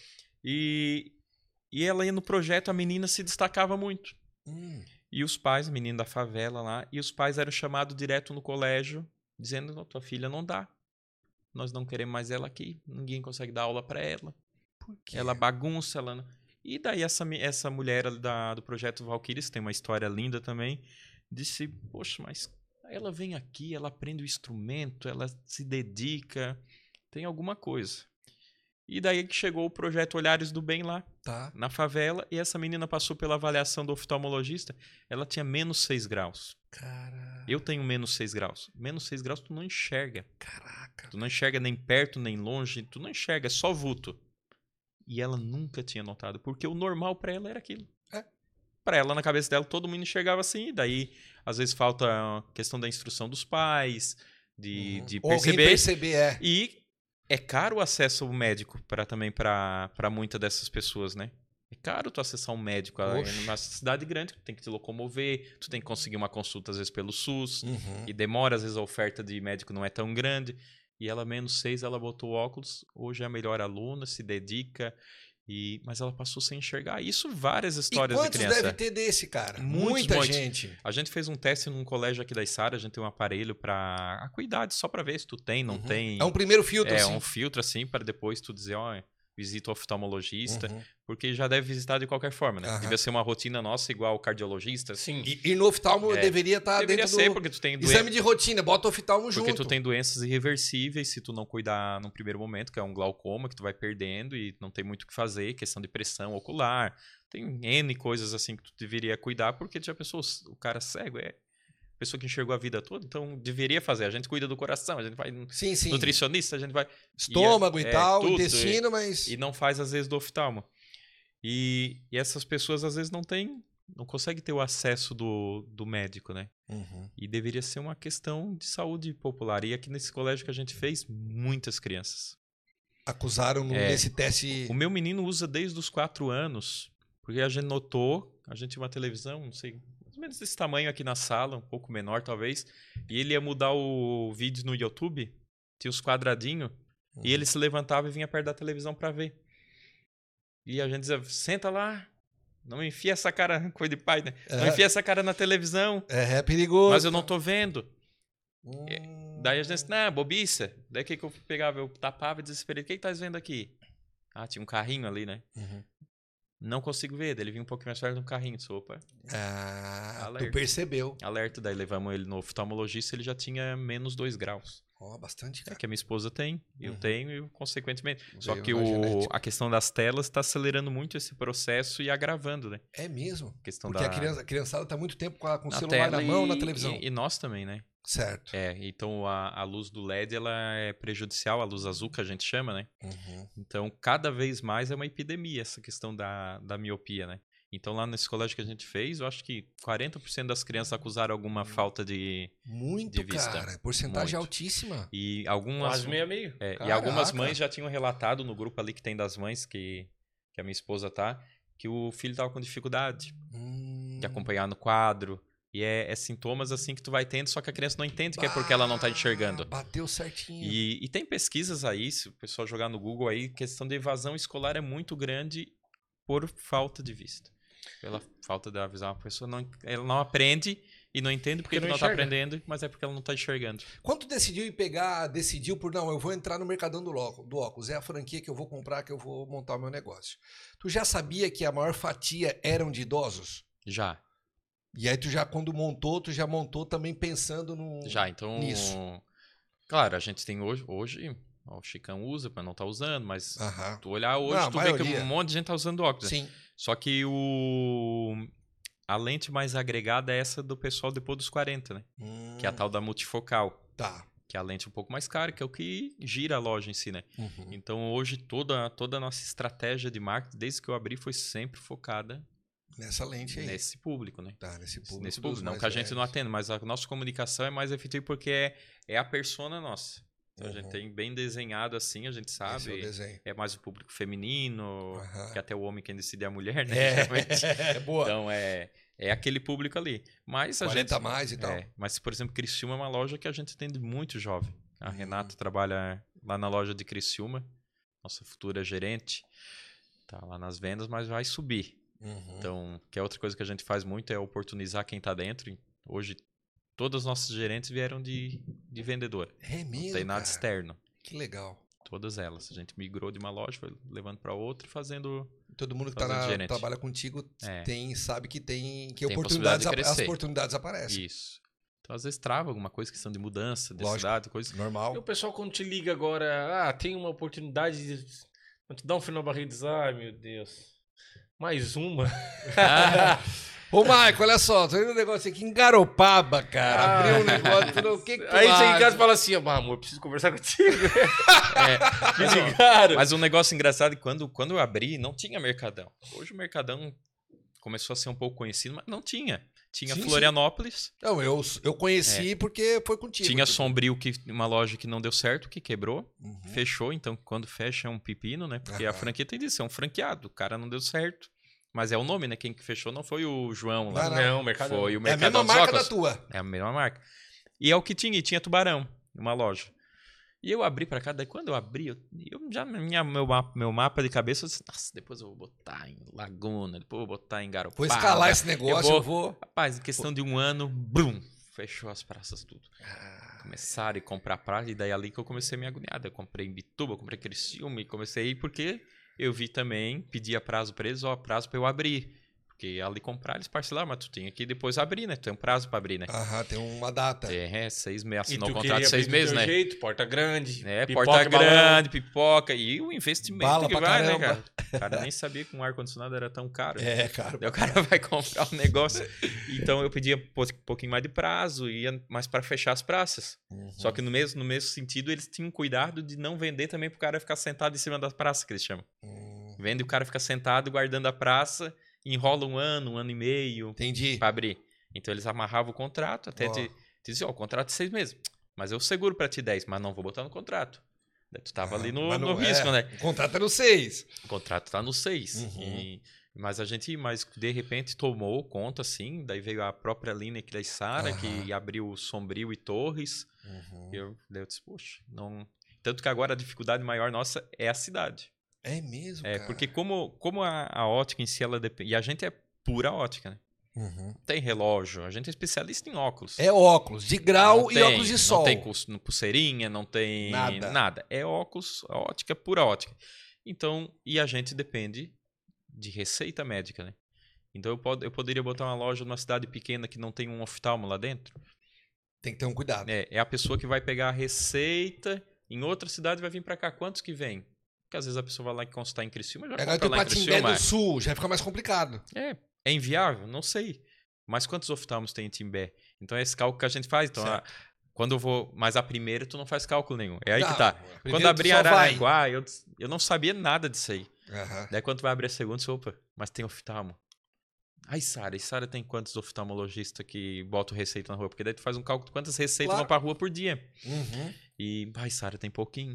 S3: E, e ela ia no projeto, a menina se destacava muito.
S1: Hum.
S3: E os pais, a menina da favela lá, e os pais eram chamados direto no colégio, dizendo: "Não, tua filha não dá. Nós não queremos mais ela aqui. Ninguém consegue dar aula para ela.
S1: Por quê?
S3: Ela bagunça, ela não..." E daí essa, mi- essa mulher ali da, do projeto Valkyries, que tem uma história linda também, disse: "Poxa, mas ela vem aqui, ela aprende o instrumento, ela se dedica, tem alguma coisa." E daí que chegou o projeto Olhares do Bem lá,
S1: Tá.
S3: na favela, e essa menina passou pela avaliação do oftalmologista, ela tinha menos seis graus.
S1: Cara...
S3: Eu tenho menos seis graus. Menos seis graus tu não enxerga.
S1: Caraca.
S3: Tu não enxerga nem perto, nem longe, tu não enxerga, é só vulto. E ela nunca tinha notado, porque o normal pra ela era aquilo.
S1: É.
S3: Pra ela, na cabeça dela, todo mundo enxergava assim, e daí, às vezes, falta a questão da instrução dos pais, de,
S1: Uhum.
S3: de
S1: Ou alguém
S3: perceber.
S1: perceber, é.
S3: E é caro o acesso ao médico para também para muitas dessas pessoas, né? É caro tu acessar um médico.
S1: Oxe.
S3: Numa cidade grande, tu tem que te locomover, tu tem que conseguir uma consulta, às vezes, pelo SUS.
S1: Uhum.
S3: E demora, às vezes, a oferta de médico não é tão grande. E ela, menos seis, ela botou óculos. Hoje é a melhor aluna, se dedica. E... Mas ela passou sem enxergar. Isso várias
S1: E
S3: histórias de
S1: quantos
S3: criança.
S1: deve ter desse, cara?
S3: Muitos,
S1: Muita
S3: muitos.
S1: gente.
S3: A gente fez um teste num colégio aqui da Içara. A gente tem um aparelho para cuidar, só para ver se tu tem, não
S1: Uhum.
S3: tem.
S1: É um primeiro filtro,
S3: É
S1: assim.
S3: um filtro assim para depois tu dizer, ó, visita o oftalmologista,
S1: Uhum.
S3: porque já deve visitar de qualquer forma, né?
S1: Aham.
S3: Devia ser uma rotina nossa igual o cardiologista.
S2: Sim.
S1: E, e no oftalmo
S3: É.
S1: deveria estar
S3: Deveria
S1: dentro
S3: ser,
S1: do
S3: porque tu tem
S1: exame
S3: doen-
S1: de rotina. Bota o oftalmo
S3: porque
S1: junto.
S3: tu tem doenças irreversíveis se tu não cuidar no primeiro momento, que é um glaucoma que tu vai perdendo e não tem muito o que fazer, questão de pressão ocular. Tem N coisas assim que tu deveria cuidar, porque já pensou, o cara cego é pessoa que enxergou a vida toda, então deveria fazer. A gente cuida do coração, a gente vai no
S1: Sim, sim.
S3: nutricionista, a gente vai
S1: Estômago e,
S3: é,
S1: tal,
S3: tudo,
S1: intestino, mas...
S3: e não faz às vezes do oftalmo. E, e essas pessoas às vezes não têm, não conseguem ter o acesso do, do médico, né?
S1: Uhum.
S3: E deveria ser uma questão de saúde popular. E aqui nesse colégio que a gente fez, muitas crianças.
S1: Acusaram no-
S3: É.
S1: nesse teste...
S3: O meu menino usa desde os quatro anos, porque a gente notou, a gente tinha uma televisão, não sei, mais ou menos desse tamanho aqui na sala, um pouco menor talvez, e ele ia mudar o vídeo no YouTube, tinha os quadradinhos,
S1: Uhum.
S3: e ele se levantava e vinha perto da televisão para ver. E a gente dizia, senta lá, não enfia essa cara, coisa de pai, né? Não
S1: É.
S3: enfia essa cara na televisão,
S1: É, é perigoso.
S3: mas eu não tô vendo.
S1: Hum.
S3: Daí a gente, não, bobiça. Daí o que, que eu pegava? Eu tapava desesperado. O que, que tá vendo aqui? Ah, tinha um carrinho ali, né?
S1: Uhum.
S3: Não consigo ver. Daí ele vinha um pouquinho mais perto de um carrinho. Disse, opa,
S1: Ah,
S3: Alerta.
S1: tu percebeu.
S3: alerta. Daí levamos ele no oftalmologista, ele já tinha menos dois graus.
S1: Ó, bastante,
S3: É
S1: cara.
S3: que a minha esposa tem, eu
S1: Uhum.
S3: tenho e consequentemente. Só
S1: Veio
S3: que
S1: na
S3: o,
S1: genética.
S3: a questão das telas está acelerando muito esse processo e agravando, né?
S1: É mesmo.
S3: A questão
S1: Porque
S3: da
S1: a, criança, a criançada tá muito tempo com, a- com o
S3: na
S1: celular na
S3: tela
S1: mão,
S3: e-
S1: na televisão.
S3: E, e nós também, né?
S1: Certo.
S3: É, então a, a luz do L E D ela é prejudicial, a luz azul que a gente chama, né?
S1: Uhum.
S3: Então, cada vez mais é uma epidemia essa questão da, da miopia, né? Então, lá nesse colégio que a gente fez, eu acho que quarenta por cento das crianças acusaram alguma falta de...
S1: Muito,
S3: De vista.
S1: cara. Porcentagem
S3: Muito.
S1: altíssima.
S3: E algumas,
S2: Quase meio a meio.
S3: é, e
S1: Caraca.
S3: algumas mães já tinham relatado no grupo ali que tem das mães, que, que a minha esposa tá, que o filho tava com dificuldade
S1: Hum.
S3: de acompanhar no quadro. E é, é sintomas assim que tu vai tendo, só que a criança não entende que é porque ela não tá enxergando.
S1: Bateu certinho.
S3: E, e tem pesquisas aí, se o pessoal jogar no Google aí, questão de evasão escolar é muito grande por falta de vista. Pela falta de avisar uma pessoa, não, ela não aprende e não entende porque, porque não está aprendendo, mas é porque ela não está enxergando.
S1: Quando tu decidiu ir pegar, decidiu por, não, eu vou entrar no Mercadão do, Loco, do óculos, é a franquia que eu vou comprar, que eu vou montar o meu negócio. Tu já sabia que a maior fatia eram de idosos?
S3: Já.
S1: E aí tu já, quando montou, tu já montou também pensando no,
S3: já, então,
S1: nisso?
S3: Claro, a gente tem hoje, hoje ó, o Chicão usa, mas não tá usando, mas
S1: Aham.
S3: tu olhar hoje,
S1: não,
S3: tu vê que um monte de gente tá usando óculos.
S1: Sim.
S3: Só que o... a lente mais agregada é essa do pessoal depois dos quarenta, né?
S1: Hum,
S3: que é a tal da multifocal.
S1: Tá.
S3: Que é a lente um pouco mais cara, que é o que gira a loja em si, né?
S1: Uhum.
S3: Então, hoje, toda, toda a nossa estratégia de marketing, desde que eu abri, foi sempre focada
S1: nessa lente aí.
S3: Nesse público, né?
S1: Tá, nesse público.
S3: Nesse público. Não que a gente velhos. Não atenda, mas a nossa comunicação é mais efetiva porque é, é a persona nossa. Então, uhum. a gente tem bem desenhado assim, a gente sabe.
S1: Esse é, o
S3: é mais o público feminino,
S1: uhum.
S3: que até o homem quem decide é a mulher, né?
S1: É, é boa.
S3: Então, é, é aquele público ali. Mas a
S1: quarenta
S3: gente,
S1: mais e tal.
S3: É, mas, por exemplo, Criciúma é uma loja que a gente atende muito jovem. A uhum. Renata trabalha lá na loja de Criciúma, nossa futura gerente. Tá lá nas vendas, mas vai subir. Uhum. Então, que é outra coisa que a gente faz muito é oportunizar quem está dentro. Hoje, todas as nossas gerentes vieram de, de vendedora.
S1: É mesmo,
S3: não tem nada
S1: cara.
S3: Externo.
S1: Que legal.
S3: Todas elas. A gente migrou de uma loja, foi levando para outra e fazendo.
S1: Todo mundo que tá na, trabalha contigo é. tem, sabe que tem que
S3: tem
S1: oportunidades, as oportunidades aparecem.
S3: Isso. Então, às vezes trava alguma coisa, questão de mudança, de
S1: Lógico,
S3: cidade, coisa
S1: normal.
S2: E o pessoal quando te liga agora, ah, tem uma oportunidade de te dar um final barriga e diz, ai meu Deus. Mais uma.
S1: Ah. Ô, Maico, olha só, tô indo um negócio aqui em Garopaba, cara. Ah. Abriu um negócio, não, o que que tu
S2: Aí
S1: acha?
S2: você em casa fala assim, ah, amor, eu preciso conversar contigo. é, me ligaram.
S3: Mas um negócio engraçado é que quando, quando eu abri, não tinha Mercadão. Hoje o Mercadão começou a ser um pouco conhecido, mas não tinha. Tinha sim, Florianópolis.
S1: Sim. Não, eu, eu conheci é. porque foi contigo.
S3: Tinha
S1: porque...
S3: Sombrio, que, uma loja que não deu certo, que quebrou, uhum. fechou. Então, quando fecha é um pepino, né? Porque uhum. a franquia tem disso, é um franqueado. O cara não deu certo. Mas é o nome, né? Quem que fechou não foi o João lá.
S2: Não, não, o Mercadão.
S3: Foi o
S1: Mercadão. É a mesma marca da tua.
S3: É a mesma marca. E é o que tinha. E tinha Tubarão, uma loja. E eu abri pra cá, daí quando eu abri, eu, eu já, minha, meu, mapa, meu mapa de cabeça, eu disse, nossa, depois eu vou botar em Laguna, depois eu vou botar em Garopaba.
S1: Vou escalar esse negócio, eu vou...
S3: Eu vou... Rapaz, em questão de um ano, brum, fechou as praças tudo. Ah. Começaram a comprar praça, e daí ali que eu comecei a me agoniar. Eu comprei em Bituba, comprei Criciúma, e comecei a ir porque eu vi também, pedia prazo pra eles, ó, prazo pra eu abrir. Porque ali comprar, eles parcelaram, mas tu tinha que depois abrir, né? Tu tem um prazo pra abrir, né?
S1: Aham, tem uma data.
S3: É, é seis meses. Assinou o contrato de seis meses, né?
S2: Jeito, porta grande.
S3: É, porta grande, pipoca. E o investimento
S1: Bala
S3: que
S1: pra
S3: vai,
S1: caramba.
S3: né, cara? O cara nem sabia que um ar-condicionado era tão caro.
S1: É, caro.
S3: Daí o cara vai comprar um negócio. Então eu pedia um pouquinho mais de prazo, ia mais pra fechar as praças. Uhum. Só que no mesmo, no mesmo sentido, eles tinham cuidado de não vender também pro cara ficar sentado em cima da praça, que eles chamam. Uhum. Vende o cara ficar sentado guardando a praça. Enrola um ano, um ano e meio.
S1: Entendi.
S3: Pra abrir. Então eles amarravam o contrato, até oh. te, te diziam, ó, o contrato é seis meses. Mas eu seguro pra ti dez, mas não vou botar no contrato. Daí tu tava ah, ali no, no risco,
S1: é.
S3: né?
S1: O contrato é no seis.
S3: O contrato tá no seis. Uhum. E, mas a gente, mas de repente tomou conta, assim. Daí veio a própria linha aqui da Sara, uhum. que abriu Sombrio e Torres. Uhum. E eu, daí eu disse, poxa, não... Tanto que agora a dificuldade maior nossa é a cidade.
S1: É mesmo,
S3: é,
S1: cara.
S3: Porque como, como a, a ótica em si, ela depende... E a gente é pura ótica, né?
S1: Uhum.
S3: Tem relógio, a gente é especialista em óculos.
S1: É óculos, de grau
S3: não
S1: e
S3: tem,
S1: óculos de sol.
S3: Não tem pulseirinha, não tem
S1: nada.
S3: nada. É óculos, ótica, pura ótica. Então, e a gente depende de receita médica, né? Então eu, pod eu poderia botar uma loja numa cidade pequena que não tem um oftalmo lá dentro.
S1: Tem que ter um cuidado.
S3: É, é a pessoa que vai pegar a receita em outra cidade e vai vir pra cá. Quantos que vem? Porque às vezes a pessoa vai lá e consultar em Criciúma, já
S1: é,
S3: compra lá em Criciúma.
S1: do Sul, já fica mais complicado.
S3: É, é inviável? Não sei. Mas quantos oftalmos tem em Timbé? Então é esse cálculo que a gente faz. Então, a, quando eu vou... Mas a primeira tu não faz cálculo nenhum. É aí não, que tá. Quando abri Araranguá, eu, eu não sabia nada disso aí. Uhum. Daí quando tu vai abrir a segunda, você, opa, mas tem oftalmo. Ai, Sara, e Sara tem quantos oftalmologistas que botam receita na rua? Porque daí tu faz um cálculo de quantas receitas claro. vão pra rua por dia.
S1: Uhum.
S3: E, ai, Sara, tem pouquinho.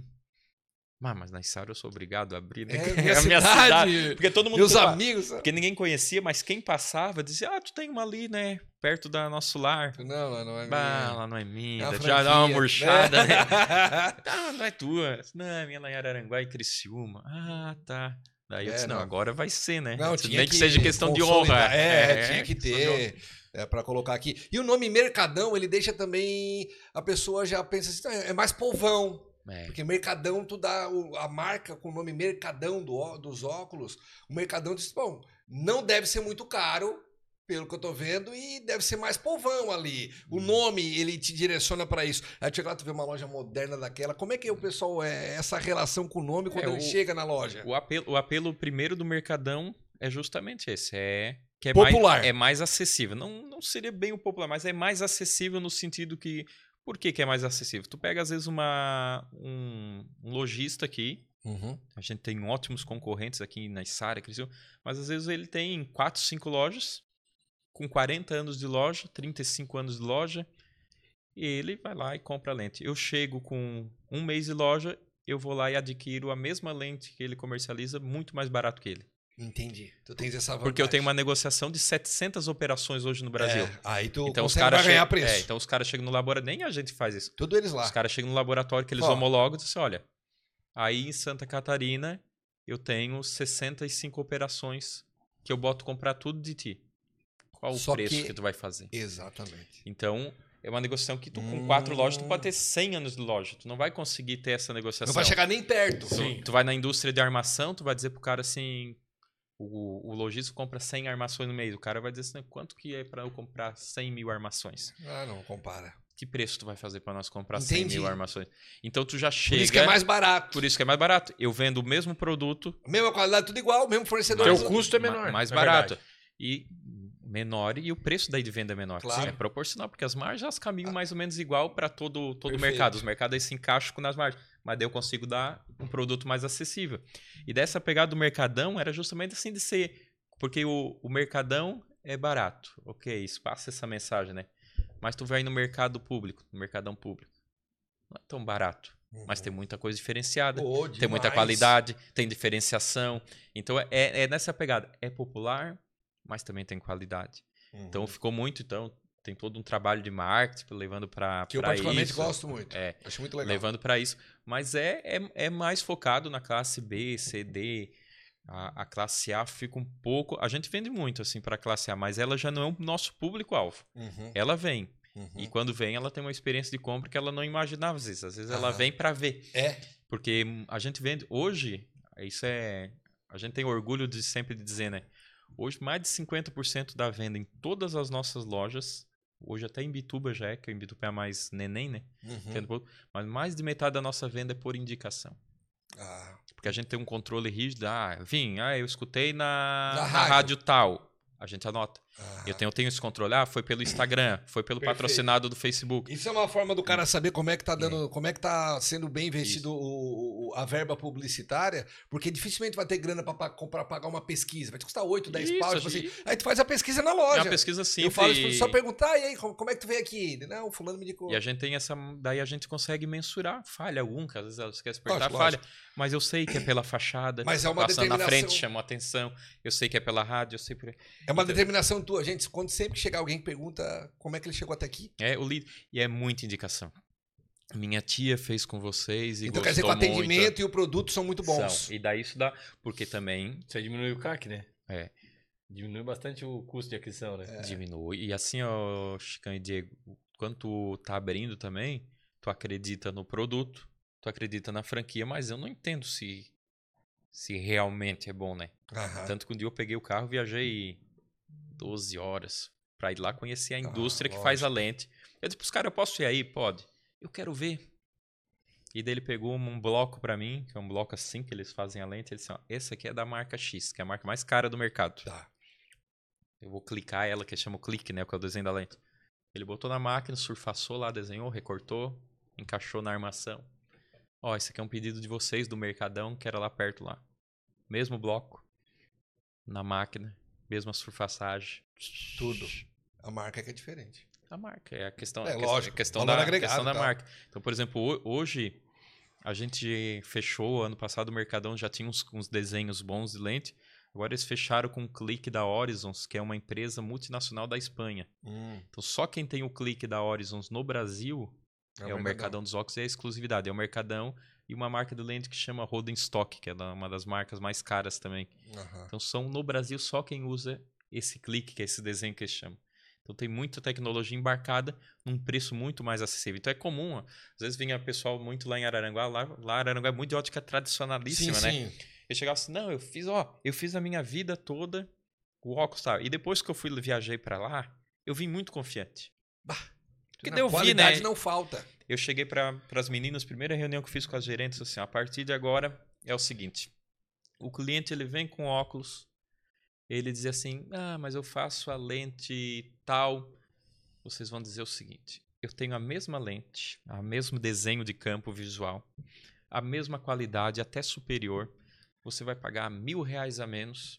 S3: Ah, mas na Sara eu sou obrigado a abrir, né?
S1: É, minha a minha cidade, cidade.
S3: Porque todo mundo...
S1: Meus amigos...
S3: Porque ninguém conhecia, mas quem passava dizia, ah, tu tem uma ali, né? Perto da nosso lar.
S1: Não, lá não é
S3: bah,
S1: minha.
S3: Lá não é minha.
S1: É
S3: já dá uma murchada, né? Não, não é tua. Não, minha lá em Araranguá e Criciúma. Ah, tá. Daí eu
S1: É,
S3: disse, não,
S1: não.
S3: agora vai ser, né?
S1: Não,
S3: Disse,
S1: tinha
S3: Nem que, seja questão de honra.
S1: consolidar. É, tinha que
S3: questão de honra.
S1: ter. É, para colocar aqui. E o nome Mercadão, ele deixa também. A pessoa já pensa assim, "Ah, é mais povão.
S3: É.
S1: Porque Mercadão, tu dá o- a marca com o nome Mercadão do ó- dos óculos. O Mercadão diz, bom, não deve ser muito caro, pelo que eu tô vendo, e deve ser mais povão ali. O nome, ele te direciona para isso. Aí chega lá, tu vê uma loja moderna daquela. Como é que o pessoal é essa relação com o nome quando
S3: É,
S1: ele
S3: o-
S1: chega na loja?
S3: O apelo, o apelo primeiro do Mercadão é justamente esse. É que é
S1: Popular.
S3: Mais, é mais acessível. Não, não seria bem o popular, mas é mais acessível no sentido que... Por que, que é mais acessível? Tu pega, às vezes, uma, um, um lojista aqui.
S1: Uhum.
S3: A gente tem ótimos concorrentes aqui na Sara, mas às vezes ele tem quatro, cinco lojas, com quarenta anos de loja, trinta e cinco anos de loja, e ele vai lá e compra a lente. Eu chego com um mês de loja, eu vou lá e adquiro a mesma lente que ele comercializa, muito mais barato que ele.
S1: Entendi. Tu tens essa vantagem.
S3: Porque eu tenho uma negociação de setecentas operações hoje no Brasil.
S1: É, aí tu
S3: então os
S1: consegue
S3: caras
S1: ganhar
S3: chegam,
S1: preço.
S3: é, então os caras chegam no laboratório, nem a gente faz isso.
S1: Tudo eles lá.
S3: Os caras chegam no laboratório que eles
S1: Ó.
S3: homologam e dizem, olha, aí em Santa Catarina eu tenho sessenta e cinco operações que eu boto comprar tudo de ti. Qual o
S1: Só
S3: preço que...
S1: que-
S3: tu vai fazer?
S1: Exatamente.
S3: Então, é uma negociação que tu com
S1: Hum.
S3: quatro lojas, tu pode ter cem anos de loja. Tu não vai conseguir ter essa negociação.
S1: Não vai chegar nem perto.
S3: Tu, tu vai na indústria de armação, tu vai dizer pro cara assim... O, o lojista compra cem armações no mês. O cara vai dizer assim, quanto que é para eu comprar cem mil armações?
S1: Ah, não, compara.
S3: Que preço tu vai fazer para nós comprar
S1: Entendi.
S3: cem mil armações? Então tu já chega...
S1: Por isso que é mais barato.
S3: Por isso que é mais barato. Eu vendo o mesmo produto...
S1: Mesma qualidade, tudo igual, mesmo fornecedor.
S2: Teu
S1: Mas-
S2: custo é
S3: ma-
S2: menor.
S3: Mais
S2: na
S3: barato.
S2: verdade.
S3: E menor e o preço daí de venda é menor.
S1: Claro.
S3: É proporcional, porque as margens elas caminham mais ou menos igual para todo, todo o
S1: Perfeito.
S3: mercado. Os mercados aí se encaixam nas margens. Mas daí eu consigo dar um produto mais acessível. E dessa pegada do Mercadão era justamente assim de ser... Porque o, o Mercadão é barato. Ok, isso passa essa mensagem, né? Mas tu vai no mercado público, no Mercadão público. Não é tão barato. Mas tem muita coisa diferenciada.
S1: Pô,
S3: Tem muita
S1: demais.
S3: qualidade, tem diferenciação. Então é, é nessa pegada. É popular, mas também tem qualidade.
S1: Uhum.
S3: Então ficou muito, então tem todo um trabalho de marketing levando para
S1: Que eu
S3: para
S1: particularmente
S3: isso.
S1: gosto muito.
S3: É,
S1: Acho muito legal.
S3: levando para isso, mas é, é, é mais focado na classe B, C, D. A, a classe A fica um pouco, a gente vende muito assim para a classe A, mas ela já não é o nosso público-alvo.
S1: Uhum,
S3: Ela vem
S1: uhum.
S3: e quando vem ela tem uma experiência de compra que ela não imaginava às vezes. Às vezes ela
S1: Aham.
S3: vem para ver.
S1: É.
S3: Porque a gente vende hoje, isso é, a gente tem orgulho de sempre de dizer, né? Hoje mais de cinquenta por cento da venda em todas as nossas lojas, hoje até em Bituba já é, que em Bituba é mais neném, né?
S1: Uhum.
S3: Tendo- Mas mais de metade da nossa venda é por indicação.
S1: Ah,
S3: Porque a gente tem um controle rígido, ah, vim, ah, eu escutei na,
S1: Na
S3: na
S1: rádio.
S3: rádio tal. A gente anota.
S1: ah.
S3: Eu tenho, eu tenho esse controle, ah, foi pelo Instagram, foi pelo
S1: Perfeito.
S3: patrocinado do Facebook.
S1: Isso é uma forma do cara saber como é que tá dando, como é que tá sendo bem investido o, o- a verba publicitária, porque dificilmente vai ter grana para comprar pagar uma pesquisa, vai te custar oito, dez
S3: Isso,
S1: pau, tipo
S3: gente.
S1: assim. Aí tu faz a pesquisa na
S3: É
S1: loja.
S3: uma pesquisa
S1: Eu
S3: simples.
S1: falo isso,
S3: e-
S1: só perguntar, e aí, como, como é que tu veio aqui? Não, fulano me indicou.
S3: E a gente tem essa. Daí a gente consegue mensurar. Falha algum, que às vezes ela esquece de apertar,
S1: Lógico,
S3: falha. Mas eu sei que é pela fachada.
S1: Mas é uma
S3: passando na
S1: determinação.
S3: frente, chamou atenção. Eu sei que é pela rádio, eu sei por.
S1: É uma determinação tua, gente. Quando sempre que chegar alguém que pergunta como é que ele chegou até aqui.
S3: É o lead. E é muita indicação. Minha tia fez com vocês e
S1: Então
S3: gostou
S1: quer dizer que o
S3: muito.
S1: atendimento e o produto são muito bons.
S3: São. E daí isso dá. Porque também
S2: Isso aí diminui o C A C, né?
S3: é,
S2: Diminui bastante o custo de aquisição, né?
S3: diminui. E assim, ó, Chicão e Diego, quando tu tá abrindo também, tu acredita no produto, tu acredita na franquia, mas eu não entendo se, se realmente é bom, né?
S1: Aham.
S3: Tanto que um dia eu peguei o carro, viajei doze horas pra ir lá conhecer a
S1: Ah,
S3: indústria que faz a
S1: lógico.
S3: lente. Eu disse pros caras, eu posso ir aí? Pode. Eu quero ver. E daí ele pegou um bloco pra mim, que é um bloco assim que eles fazem a lente. Ele disse, ó, esse aqui é da marca X, que é a marca mais cara do mercado.
S1: Tá.
S3: Eu vou clicar ela, que chama o clique, né? Que é o desenho da lente. Ele botou na máquina, surfaçou lá, desenhou, recortou, encaixou na armação. Ó, esse aqui é um pedido de vocês do Mercadão, que era lá perto lá. Mesmo bloco, na máquina, mesma surfaçagem.
S1: Tudo. A marca é que é diferente.
S3: A marca, é a questão,
S1: É,
S3: a questão,
S1: lógico,
S3: a questão
S1: valor
S3: da,
S1: agregado
S3: questão da
S1: e tal.
S3: marca. Então, por exemplo, ho- hoje a gente fechou, ano passado o Mercadão já tinha uns, uns desenhos bons de lente. Agora eles fecharam com o clique da Horizons, que é uma empresa multinacional da Espanha.
S1: Hum,
S3: Então, só quem tem o clique da Horizons no Brasil é, o Mercadão dos Óculos e a exclusividade. É o Mercadão e uma marca de lente que chama Rodenstock, que é uma das marcas mais caras também.
S1: Uhum.
S3: Então são no Brasil só quem usa esse clique, que é esse desenho que eles chamam. Então tem muita tecnologia embarcada num preço muito mais acessível. Então é comum, ó, às vezes vinha pessoal muito lá em Araranguá, lá, lá Araranguá é muito de ótica tradicionalíssima,
S1: sim,
S3: né?
S1: sim.
S3: Eu chegava assim, não, eu fiz, ó, eu fiz a minha vida toda o óculos, tá? E depois que eu fui viajei para lá, eu vim muito confiante.
S1: Bah,
S3: Porque
S1: na
S3: daí eu vi,
S1: qualidade
S3: né?
S1: não falta.
S3: Eu cheguei para as meninas, primeira reunião que eu fiz com as gerentes, assim, a partir de agora é o seguinte, o cliente ele vem com óculos, ele diz assim, ah, mas eu faço a lente tal. Vocês vão dizer o seguinte, eu tenho a mesma lente, o mesmo desenho de campo visual, a mesma qualidade, até superior, você vai pagar mil reais a menos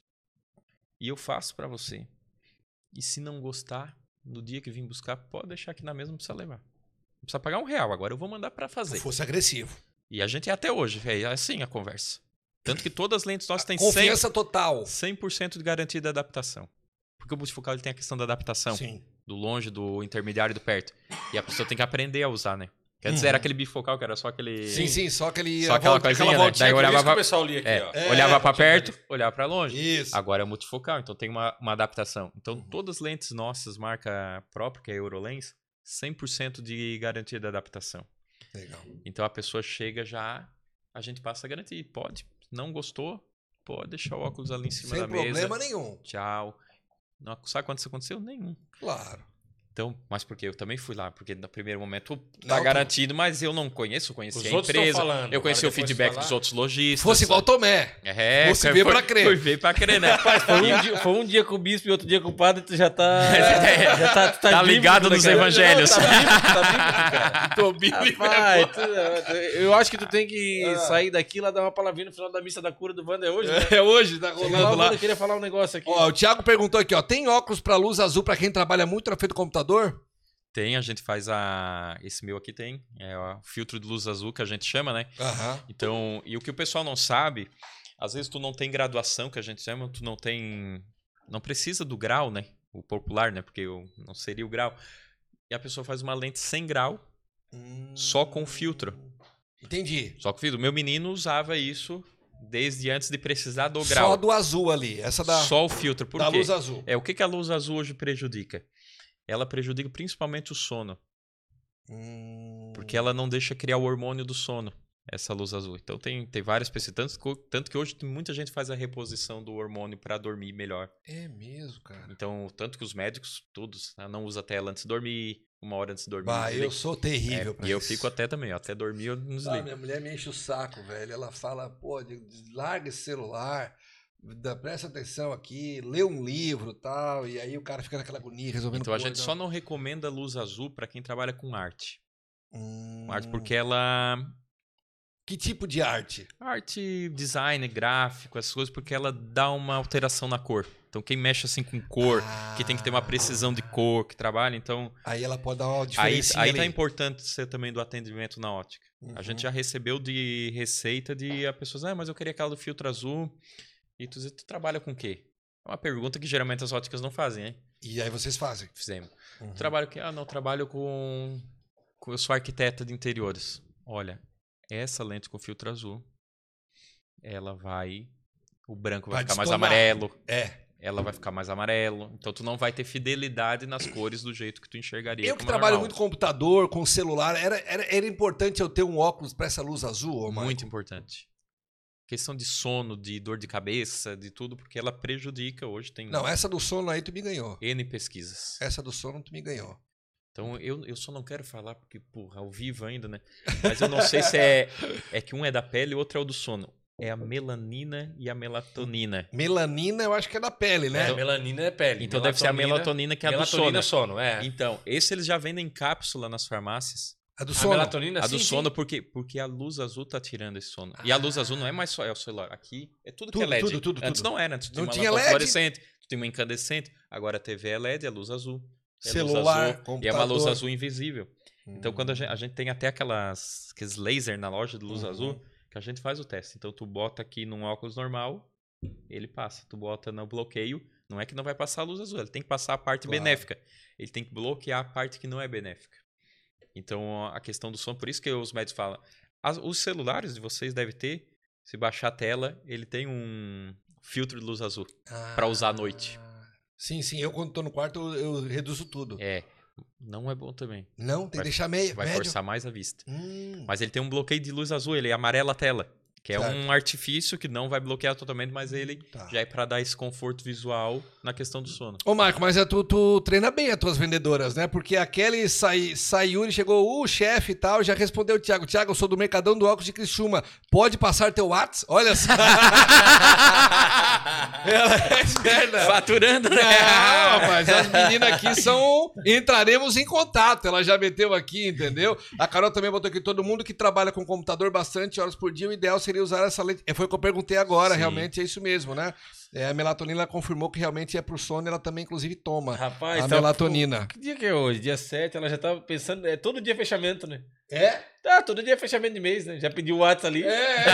S3: e eu faço para você. E se não gostar, no dia que vim buscar, pode deixar aqui na mesma, não precisa levar. Não precisa pagar um real, agora eu vou mandar para fazer.
S1: Se fosse agressivo.
S3: E a gente é até hoje, é assim a conversa. Tanto que todas as lentes nossas têm
S1: Confiança total.
S3: cem por cento de garantia de adaptação. Porque o multifocal ele tem a questão da adaptação.
S1: Sim.
S3: Do longe, do intermediário e do perto. E a pessoa tem que aprender a usar, né? Porque antes
S1: Uhum.
S3: era aquele bifocal que era só aquele...
S1: Sim, sim, só aquele...
S3: Só aquela
S1: volta-
S3: coisinha, né?
S1: voltinha
S3: Daí
S1: que-
S3: olhava
S2: Isso que o
S3: pra-
S2: pessoal lia aqui,
S3: É,
S2: ó.
S1: É,
S3: olhava para
S2: tinha
S3: perto,
S2: ali.
S3: olhava para longe.
S1: Isso.
S3: Agora é multifocal, então tem uma, uma adaptação. Então
S1: Uhum.
S3: todas as lentes nossas, marca própria, que é a Eurolens, cem por cento de garantia de adaptação.
S1: Legal.
S3: Então a pessoa chega já, a gente passa a garantia. Pode, não gostou, pode deixar o óculos ali em cima
S1: Sem
S3: da
S1: problema
S3: mesa.
S1: nenhum.
S3: Tchau. Não, sabe quando isso aconteceu? Nenhum.
S1: Claro.
S3: Então, mas porque eu também fui lá, porque no primeiro momento
S1: Não,
S3: tá
S1: tu-
S3: garantido, mas eu não conheço, eu conheci
S2: Os
S3: a
S2: outros
S3: empresa,
S2: estão falando.
S3: eu conheci
S2: Agora,
S3: o
S2: depois
S3: feedback
S2: falar-
S3: dos outros lojistas.
S1: Fosse igual Tomé.
S3: É,
S1: fosse
S3: foi-
S1: ver
S3: foi-
S1: pra crer.
S3: Foi ver pra crer, né?
S2: Foi um, dia, foi um dia com o bispo e outro dia com o padre, tu já tá.
S3: É,
S2: já tá,
S3: tá
S2: bíblico,
S3: ligado
S2: né,
S3: nos
S2: cara?
S3: evangelhos.
S2: Não, tá bíblico, tá bíblico, cara.
S1: Tô bíblico.
S2: Rapaz, tu- eu acho que tu tem que
S1: Ah.
S2: sair daqui lá dar uma palavrinha no final da missa da cura do Wanda. É hoje, né?
S1: É hoje, tá
S2: Chega lá,
S1: rolando
S2: o
S1: lá.
S2: Wanda queria falar um negócio aqui.
S1: Ó, o Thiago perguntou aqui, ó. Tem óculos pra luz azul pra quem trabalha muito na frente do computador?
S3: Tem, a gente faz a... Esse meu aqui tem, é o filtro de luz azul que a gente chama, né?
S1: Aham.
S3: Então, e o que o pessoal não sabe, às vezes tu não tem graduação, que a gente chama, tu não tem... Não precisa do grau, né? O popular, né? Porque eu, não seria o grau. E a pessoa faz uma lente sem grau, só com filtro.
S1: Entendi.
S3: Só com filtro. Meu menino usava isso desde antes de precisar do grau.
S1: Só do azul ali. Essa da,
S3: Só o filtro. Por
S1: da
S3: quê?
S1: luz azul.
S3: É, o que, que a luz azul hoje prejudica? Ela prejudica principalmente o sono.
S1: Hum.
S3: Porque ela não deixa criar o hormônio do sono, essa luz azul. Então tem, tem várias pessoas, tanto, que- tanto que hoje tem- muita gente faz a reposição do hormônio para dormir melhor.
S1: É mesmo, cara.
S3: Então, tanto que os médicos, todos, né, não usam a tela antes de dormir, uma hora antes de dormir.
S1: Bah,
S3: desliga.
S1: eu sou terrível
S3: É,
S1: pra
S3: E eu
S1: isso.
S3: fico até também, ó, até dormir eu não
S1: Ah,
S3: desligo.
S1: minha mulher me enche o saco, velho. Ela fala, pô, de- de- larga esse celular, dá, presta atenção aqui, lê um livro e tal. E aí o cara fica naquela agonia, resolvendo
S3: Então a
S1: coisa.
S3: gente só não recomenda luz azul para quem trabalha com arte.
S1: Hum.
S3: Com arte porque ela...
S1: Que tipo de arte?
S3: Arte, design, gráfico, essas coisas, porque ela dá uma alteração na cor. Então quem mexe assim com cor, que tem que ter uma precisão de cor, que trabalha, então...
S1: Aí ela pode dar uma
S3: Aí,
S1: diferença.
S3: aí tá importante ser também do atendimento na ótica.
S1: Uhum.
S3: A gente já recebeu de receita de a pessoas, ah, mas eu queria aquela do filtro azul. E tu diz, tu trabalha com o quê? É uma pergunta que geralmente as óticas não fazem, hein?
S1: E aí vocês fazem.
S3: Fizemos.
S1: Uhum.
S3: Trabalho com... Ah, não, trabalho com... com... Eu sou arquiteta de interiores. Olha, essa lente com filtro azul, ela vai... O branco vai,
S1: Vai
S3: ficar mais
S1: destonar.
S3: amarelo.
S1: É.
S3: Ela vai ficar mais amarelo. Então tu não vai ter fidelidade nas cores do jeito que tu enxergaria.
S1: Eu que
S3: como é
S1: trabalho
S3: normal.
S1: muito com computador, com celular, era, era, era importante eu ter um óculos pra essa luz azul, ô, Maicon?
S3: Muito importante. Questão de sono, de dor de cabeça, de tudo, porque ela prejudica. Hoje tem
S1: Não, essa do sono aí tu me ganhou.
S3: N pesquisas.
S1: Essa do sono tu me ganhou.
S3: Então eu, eu só não quero falar, porque, porra, ao vivo ainda, né? Mas eu não sei se é, é que um é da pele e o outro é o do sono. É a melanina e a melatonina.
S1: Melanina eu acho que é da pele, né?
S2: É, melanina é pele.
S3: Então deve ser a melatonina que é a do
S2: melatonina
S3: sono.
S2: é sono, é.
S3: Então, esse eles já vendem em cápsula nas farmácias.
S1: A do
S2: A
S1: sono.
S2: melatonina,
S3: A do
S2: sim,
S3: sono,
S2: sim.
S3: por quê? Porque a luz azul tá tirando esse sono. E a luz azul não é mais só é o celular. Aqui é tudo, que
S1: Tudo,
S3: é L E D.
S1: tudo, tudo,
S3: Antes
S1: tudo.
S3: não era. Antes
S1: Não
S3: tinha uma
S1: tinha
S3: lâmpada
S1: L E D.
S3: fluorescente, tu tinha uma incandescente. Agora a T V é L E D, é luz azul. É
S1: Celular,
S3: luz azul, e é
S1: computador.
S3: uma luz azul invisível.
S1: Hum.
S3: Então, quando a gente, a gente tem até aquelas, aqueles laser na loja de luz
S1: Uhum.
S3: azul, que a gente faz o teste. Então, tu bota aqui num óculos normal, ele passa. Tu bota no bloqueio, não é que não vai passar a luz azul, ele tem que passar a parte
S1: Claro.
S3: benéfica. Ele tem que bloquear a parte que não é benéfica. Então, a questão do som, por isso que os médicos falam, As, os celulares de vocês devem ter, se baixar a tela, ele tem um filtro de luz azul
S1: Ah,
S3: para usar à noite.
S1: Sim, sim. Eu, quando tô no quarto, eu, eu reduzo tudo.
S3: É, não é bom também.
S1: Não, tem que
S3: Vai-
S1: deixar meio,
S3: Vai
S1: médio.
S3: forçar mais a vista.
S1: Hum,
S3: Mas ele tem um bloqueio de luz azul, ele amarela a tela. Que é
S1: Certo.
S3: um artifício que não vai bloquear totalmente, mas ele
S1: Tá.
S3: já é para dar esse conforto visual na questão do sono.
S1: Ô, Marco, mas é tu, tu treina bem as tuas vendedoras, né? Porque aquele Sai- Sayuri chegou, o chefe e tal, já respondeu o Thiago. Thiago, eu sou do Mercadão do Óculos de Criciúma. Pode passar teu WhatsApp? Olha só. Ela é esperta.
S3: Faturando, né?
S1: Não, rapaz, as meninas aqui são... Entraremos em contato. Ela já meteu aqui, entendeu? A Carol também botou aqui, todo mundo que trabalha com computador bastante horas por dia, o ideal seria usar essa lente. É, foi o que eu perguntei agora,
S3: Sim.
S1: realmente é isso mesmo, né? É, a melatonina ela confirmou que realmente é pro sono, ela também, inclusive, toma
S2: Rapaz,
S1: a
S2: tá-
S1: melatonina.
S2: Que dia que é hoje? Dia sete, ela já tava pensando. É todo dia fechamento, né?
S1: É?
S2: Tá, todo dia é fechamento de mês, né? Já pediu o WhatsApp ali.
S1: É.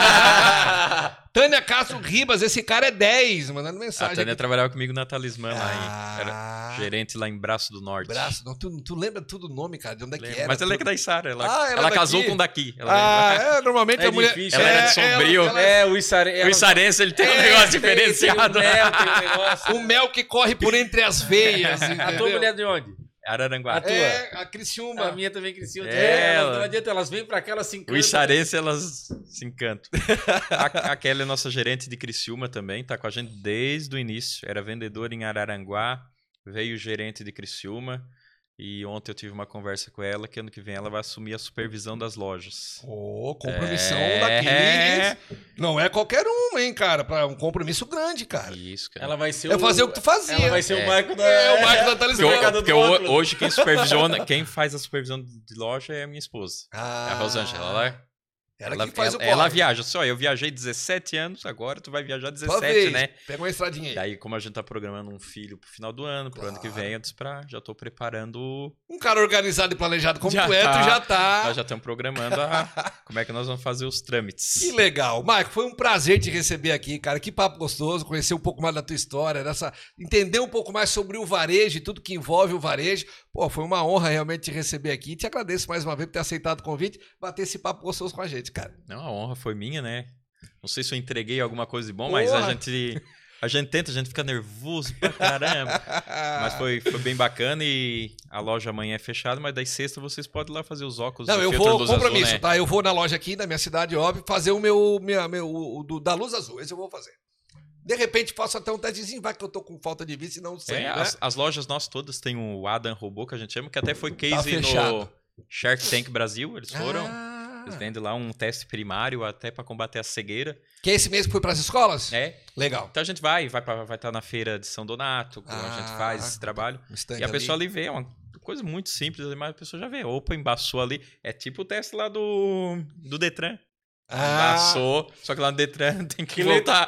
S1: Tânia Castro Ribas, esse cara é dez, mandando
S3: A
S1: mensagem.
S3: Tânia
S1: aqui.
S3: trabalhava comigo na Talismã lá
S1: Ah.
S3: em... Era gerente lá em Braço do Norte.
S1: Braço, não, tu, tu lembra tudo o nome, cara? De onde é que
S3: Lembro.
S1: era?
S3: Mas ela é
S1: tudo?
S3: da Içara. Ela,
S1: Ah, ela
S3: ela
S1: é
S3: casou
S1: daqui?
S3: com daqui. Ela
S1: Ah,
S3: lembra.
S1: é, normalmente
S2: É
S1: a mulher...
S2: difícil,
S3: Ela
S2: é,
S3: era de Sombrio.
S1: ela-
S2: É, o Isare...
S3: O
S2: ela-
S3: Içarense, ele tem um
S1: É,
S3: negócio
S2: tem-
S3: diferenciado.
S2: Tem, tem, um mel, tem um negócio.
S1: O mel que corre por entre as veias,
S2: A tua
S1: entendeu?
S2: mulher de onde?
S3: Araranguá.
S2: A tua?
S1: É, a Criciúma.
S2: A minha também cresceu.
S3: É,
S2: É, elas,
S3: ela-
S2: não adianta, elas vêm pra cá, elas se
S3: O
S2: encantam.
S3: Içarense, elas se encantam. A, a Kelly é nossa gerente de Criciúma também, tá com a gente desde o início. Era vendedora em Araranguá, veio gerente de Criciúma. E ontem eu tive uma conversa com ela que ano que vem ela vai assumir a supervisão das lojas.
S1: Ô, compromissão
S3: É.
S1: daqueles. Não é qualquer um, hein, cara? Pra um compromisso grande, cara.
S3: Isso, cara.
S2: Ela vai ser
S1: É fazer o que tu fazia.
S2: Ela vai ser
S3: É.
S2: o Marco da...
S1: É, o Marco da
S3: Porque,
S1: Talismã.
S3: eu- porque eu-
S2: óculos.
S3: hoje quem supervisiona, quem faz a supervisão de loja é a minha esposa.
S1: Ah,
S3: É a Rosângela. Ela,
S1: Ela,
S3: ela,
S1: que faz
S3: ela,
S1: o
S3: ela
S1: corre.
S3: viaja. Só, eu viajei dezessete anos, agora tu vai viajar
S1: Só
S3: dezessete,
S1: vez.
S3: né?
S1: Pega uma estradinha aí.
S3: Daí, como a gente tá programando um filho pro final do ano, pro ano que
S1: Claro.
S3: vem, eu disse pra, já tô preparando.
S1: Um cara organizado e planejado como
S3: Já
S1: tu é,
S3: tá.
S1: tu já tá.
S3: Nós já estamos programando a, como é que nós vamos fazer os trâmites.
S1: Que legal. Marco, foi um prazer te receber aqui, cara. Que papo gostoso, conhecer um pouco mais da tua história, dessa... entender um pouco mais sobre o varejo e tudo que envolve o varejo. Pô, foi uma honra realmente te receber aqui. Te agradeço mais uma vez por ter aceitado o convite, bater esse papo gostoso com a gente, cara.
S3: Não, a honra foi minha, né? Não sei se eu entreguei alguma coisa de bom, mas
S1: Porra.
S3: a gente, a gente tenta, a gente fica nervoso pra caramba. Mas foi, foi bem bacana e a loja amanhã é fechada, mas daí sexta vocês podem ir lá fazer os óculos
S1: Não,
S3: do
S1: eu
S3: filtro
S1: vou,
S3: luz
S1: compromisso,
S3: azul, né?
S1: tá? Eu vou na loja aqui da minha cidade, óbvio, fazer o meu, minha, meu o do, da luz azul. Esse eu vou fazer. De repente faço até um testezinho, vai que eu tô com falta de vista e não sei,
S3: É,
S1: né?
S3: as, as lojas nossas todas têm o Adam Robô, que a gente chama, que até foi
S1: Tá
S3: case
S1: fechado.
S3: no Shark Tank Brasil. Eles foram.
S1: Ah,
S3: Eles vendem lá um teste primário até pra combater a cegueira.
S1: que é esse mês que foi pras escolas?
S3: É.
S1: Legal.
S3: Então a gente vai, vai estar vai tá na feira de São Donato, a
S1: Ah,
S3: gente faz esse trabalho.
S1: Um stand
S3: E a
S1: ali.
S3: pessoa ali vê, é uma coisa muito simples, mas a pessoa já vê. Opa, embaçou ali. É tipo o teste lá do, do Detran.
S1: Ah,
S3: Embaçou, só que lá no Detran tem que,
S2: Que
S3: voltar.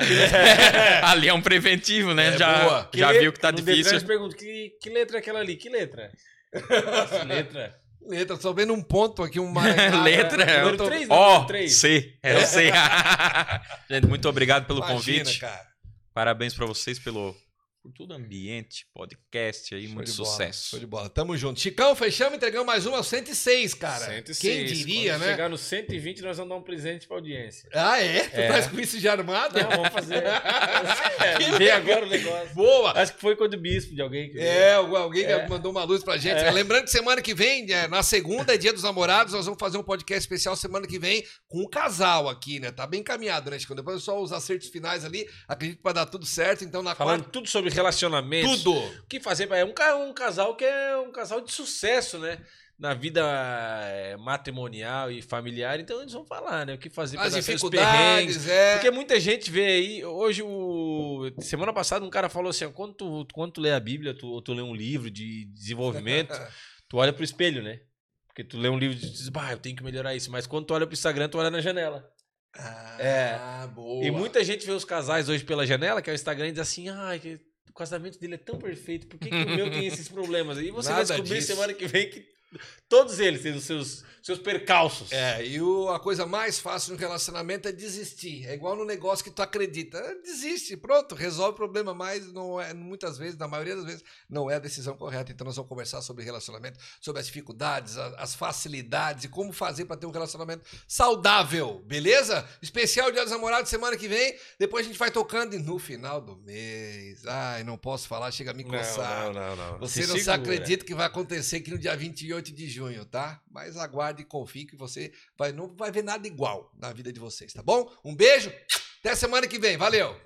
S3: Ali é um preventivo, né?
S1: É
S3: já
S1: boa.
S3: já
S2: le-
S3: viu que tá
S2: no
S3: difícil.
S2: Detran, eu pergunto, que, que letra é aquela ali? Que letra? Nossa, letra.
S1: letra, só vendo um ponto aqui, uma
S3: Letra.
S1: Eu
S2: Número
S1: tô-
S2: três, né?
S3: Ó,
S2: Número três.
S3: C. É o C. Gente, muito obrigado pelo
S1: Imagina,
S3: convite.
S1: cara.
S3: Parabéns pra vocês pelo por todo o ambiente, podcast aí,
S1: Show
S3: muito
S1: de bola,
S3: sucesso.
S1: Show de bola. Tamo junto. Chicão, fechamos, entregamos mais uma, cento e seis, cara.
S2: cento e
S1: Quem
S2: seis.
S1: diria,
S2: Quando
S1: né?
S2: chegar no cento e vinte, nós vamos dar um presente pra audiência.
S1: Ah, é? Tu
S2: É.
S1: faz com isso já armado?
S2: Não, vamos fazer. É, vê agora o negócio.
S1: Boa!
S2: Acho que foi coisa do bispo, de alguém. Que
S1: É, alguém
S2: É.
S1: mandou uma luz pra gente.
S2: É.
S1: Lembrando que semana que vem, é, na segunda, é dia dos namorados, nós vamos fazer um podcast especial semana que vem com um casal aqui, né? Tá bem encaminhado, né, Chico? Depois só os acertos finais ali, acredito que vai dar tudo certo. Então, na
S2: Falando
S1: quarta,
S2: tudo sobre relacionamentos.
S1: tudo.
S2: O que fazer? É um, ca- um casal que é um casal de sucesso, né? Na vida é, matrimonial e familiar. Então eles vão falar, né? O que fazer pra
S1: As
S2: dar seus perrengues.
S1: dificuldades, é.
S2: Porque muita gente vê aí. Hoje, o semana passada, um cara falou assim: ó, quando, tu, quando tu lê a Bíblia, tu, ou tu lê um livro de desenvolvimento, tu olha pro espelho, né? Porque tu lê um livro e diz, bah, eu tenho que melhorar isso. Mas quando tu olha pro Instagram, tu olha na janela.
S1: Ah,
S2: É.
S1: boa.
S2: E muita gente vê os casais hoje pela janela, que é o Instagram, e diz assim: ai, que o casamento dele é tão perfeito, por que, que o meu tem esses problemas? E você
S1: Nada
S2: vai descobrir
S1: disso.
S2: semana que vem que Todos eles têm os seus, seus percalços.
S1: É, e o, a coisa mais fácil no relacionamento é desistir. É igual no negócio que tu acredita. Desiste, pronto, resolve o problema, mas não é, muitas vezes, na maioria das vezes, não é a decisão correta. Então nós vamos conversar sobre relacionamento, sobre as dificuldades, as, as facilidades e como fazer para ter um relacionamento saudável, beleza? Especial Dia dos Namorados semana que vem. Depois a gente vai tocando e no final do mês. Ai, não posso falar, chega a me coçar.
S2: Não, não, não, não.
S1: Você
S2: Se
S1: não se
S2: segura.
S1: acredita que vai acontecer aqui no dia vinte e oito de junho, tá? Mas aguarde e confie que você vai, não vai ver nada igual na vida de vocês, tá bom? Um beijo, até semana que vem, valeu!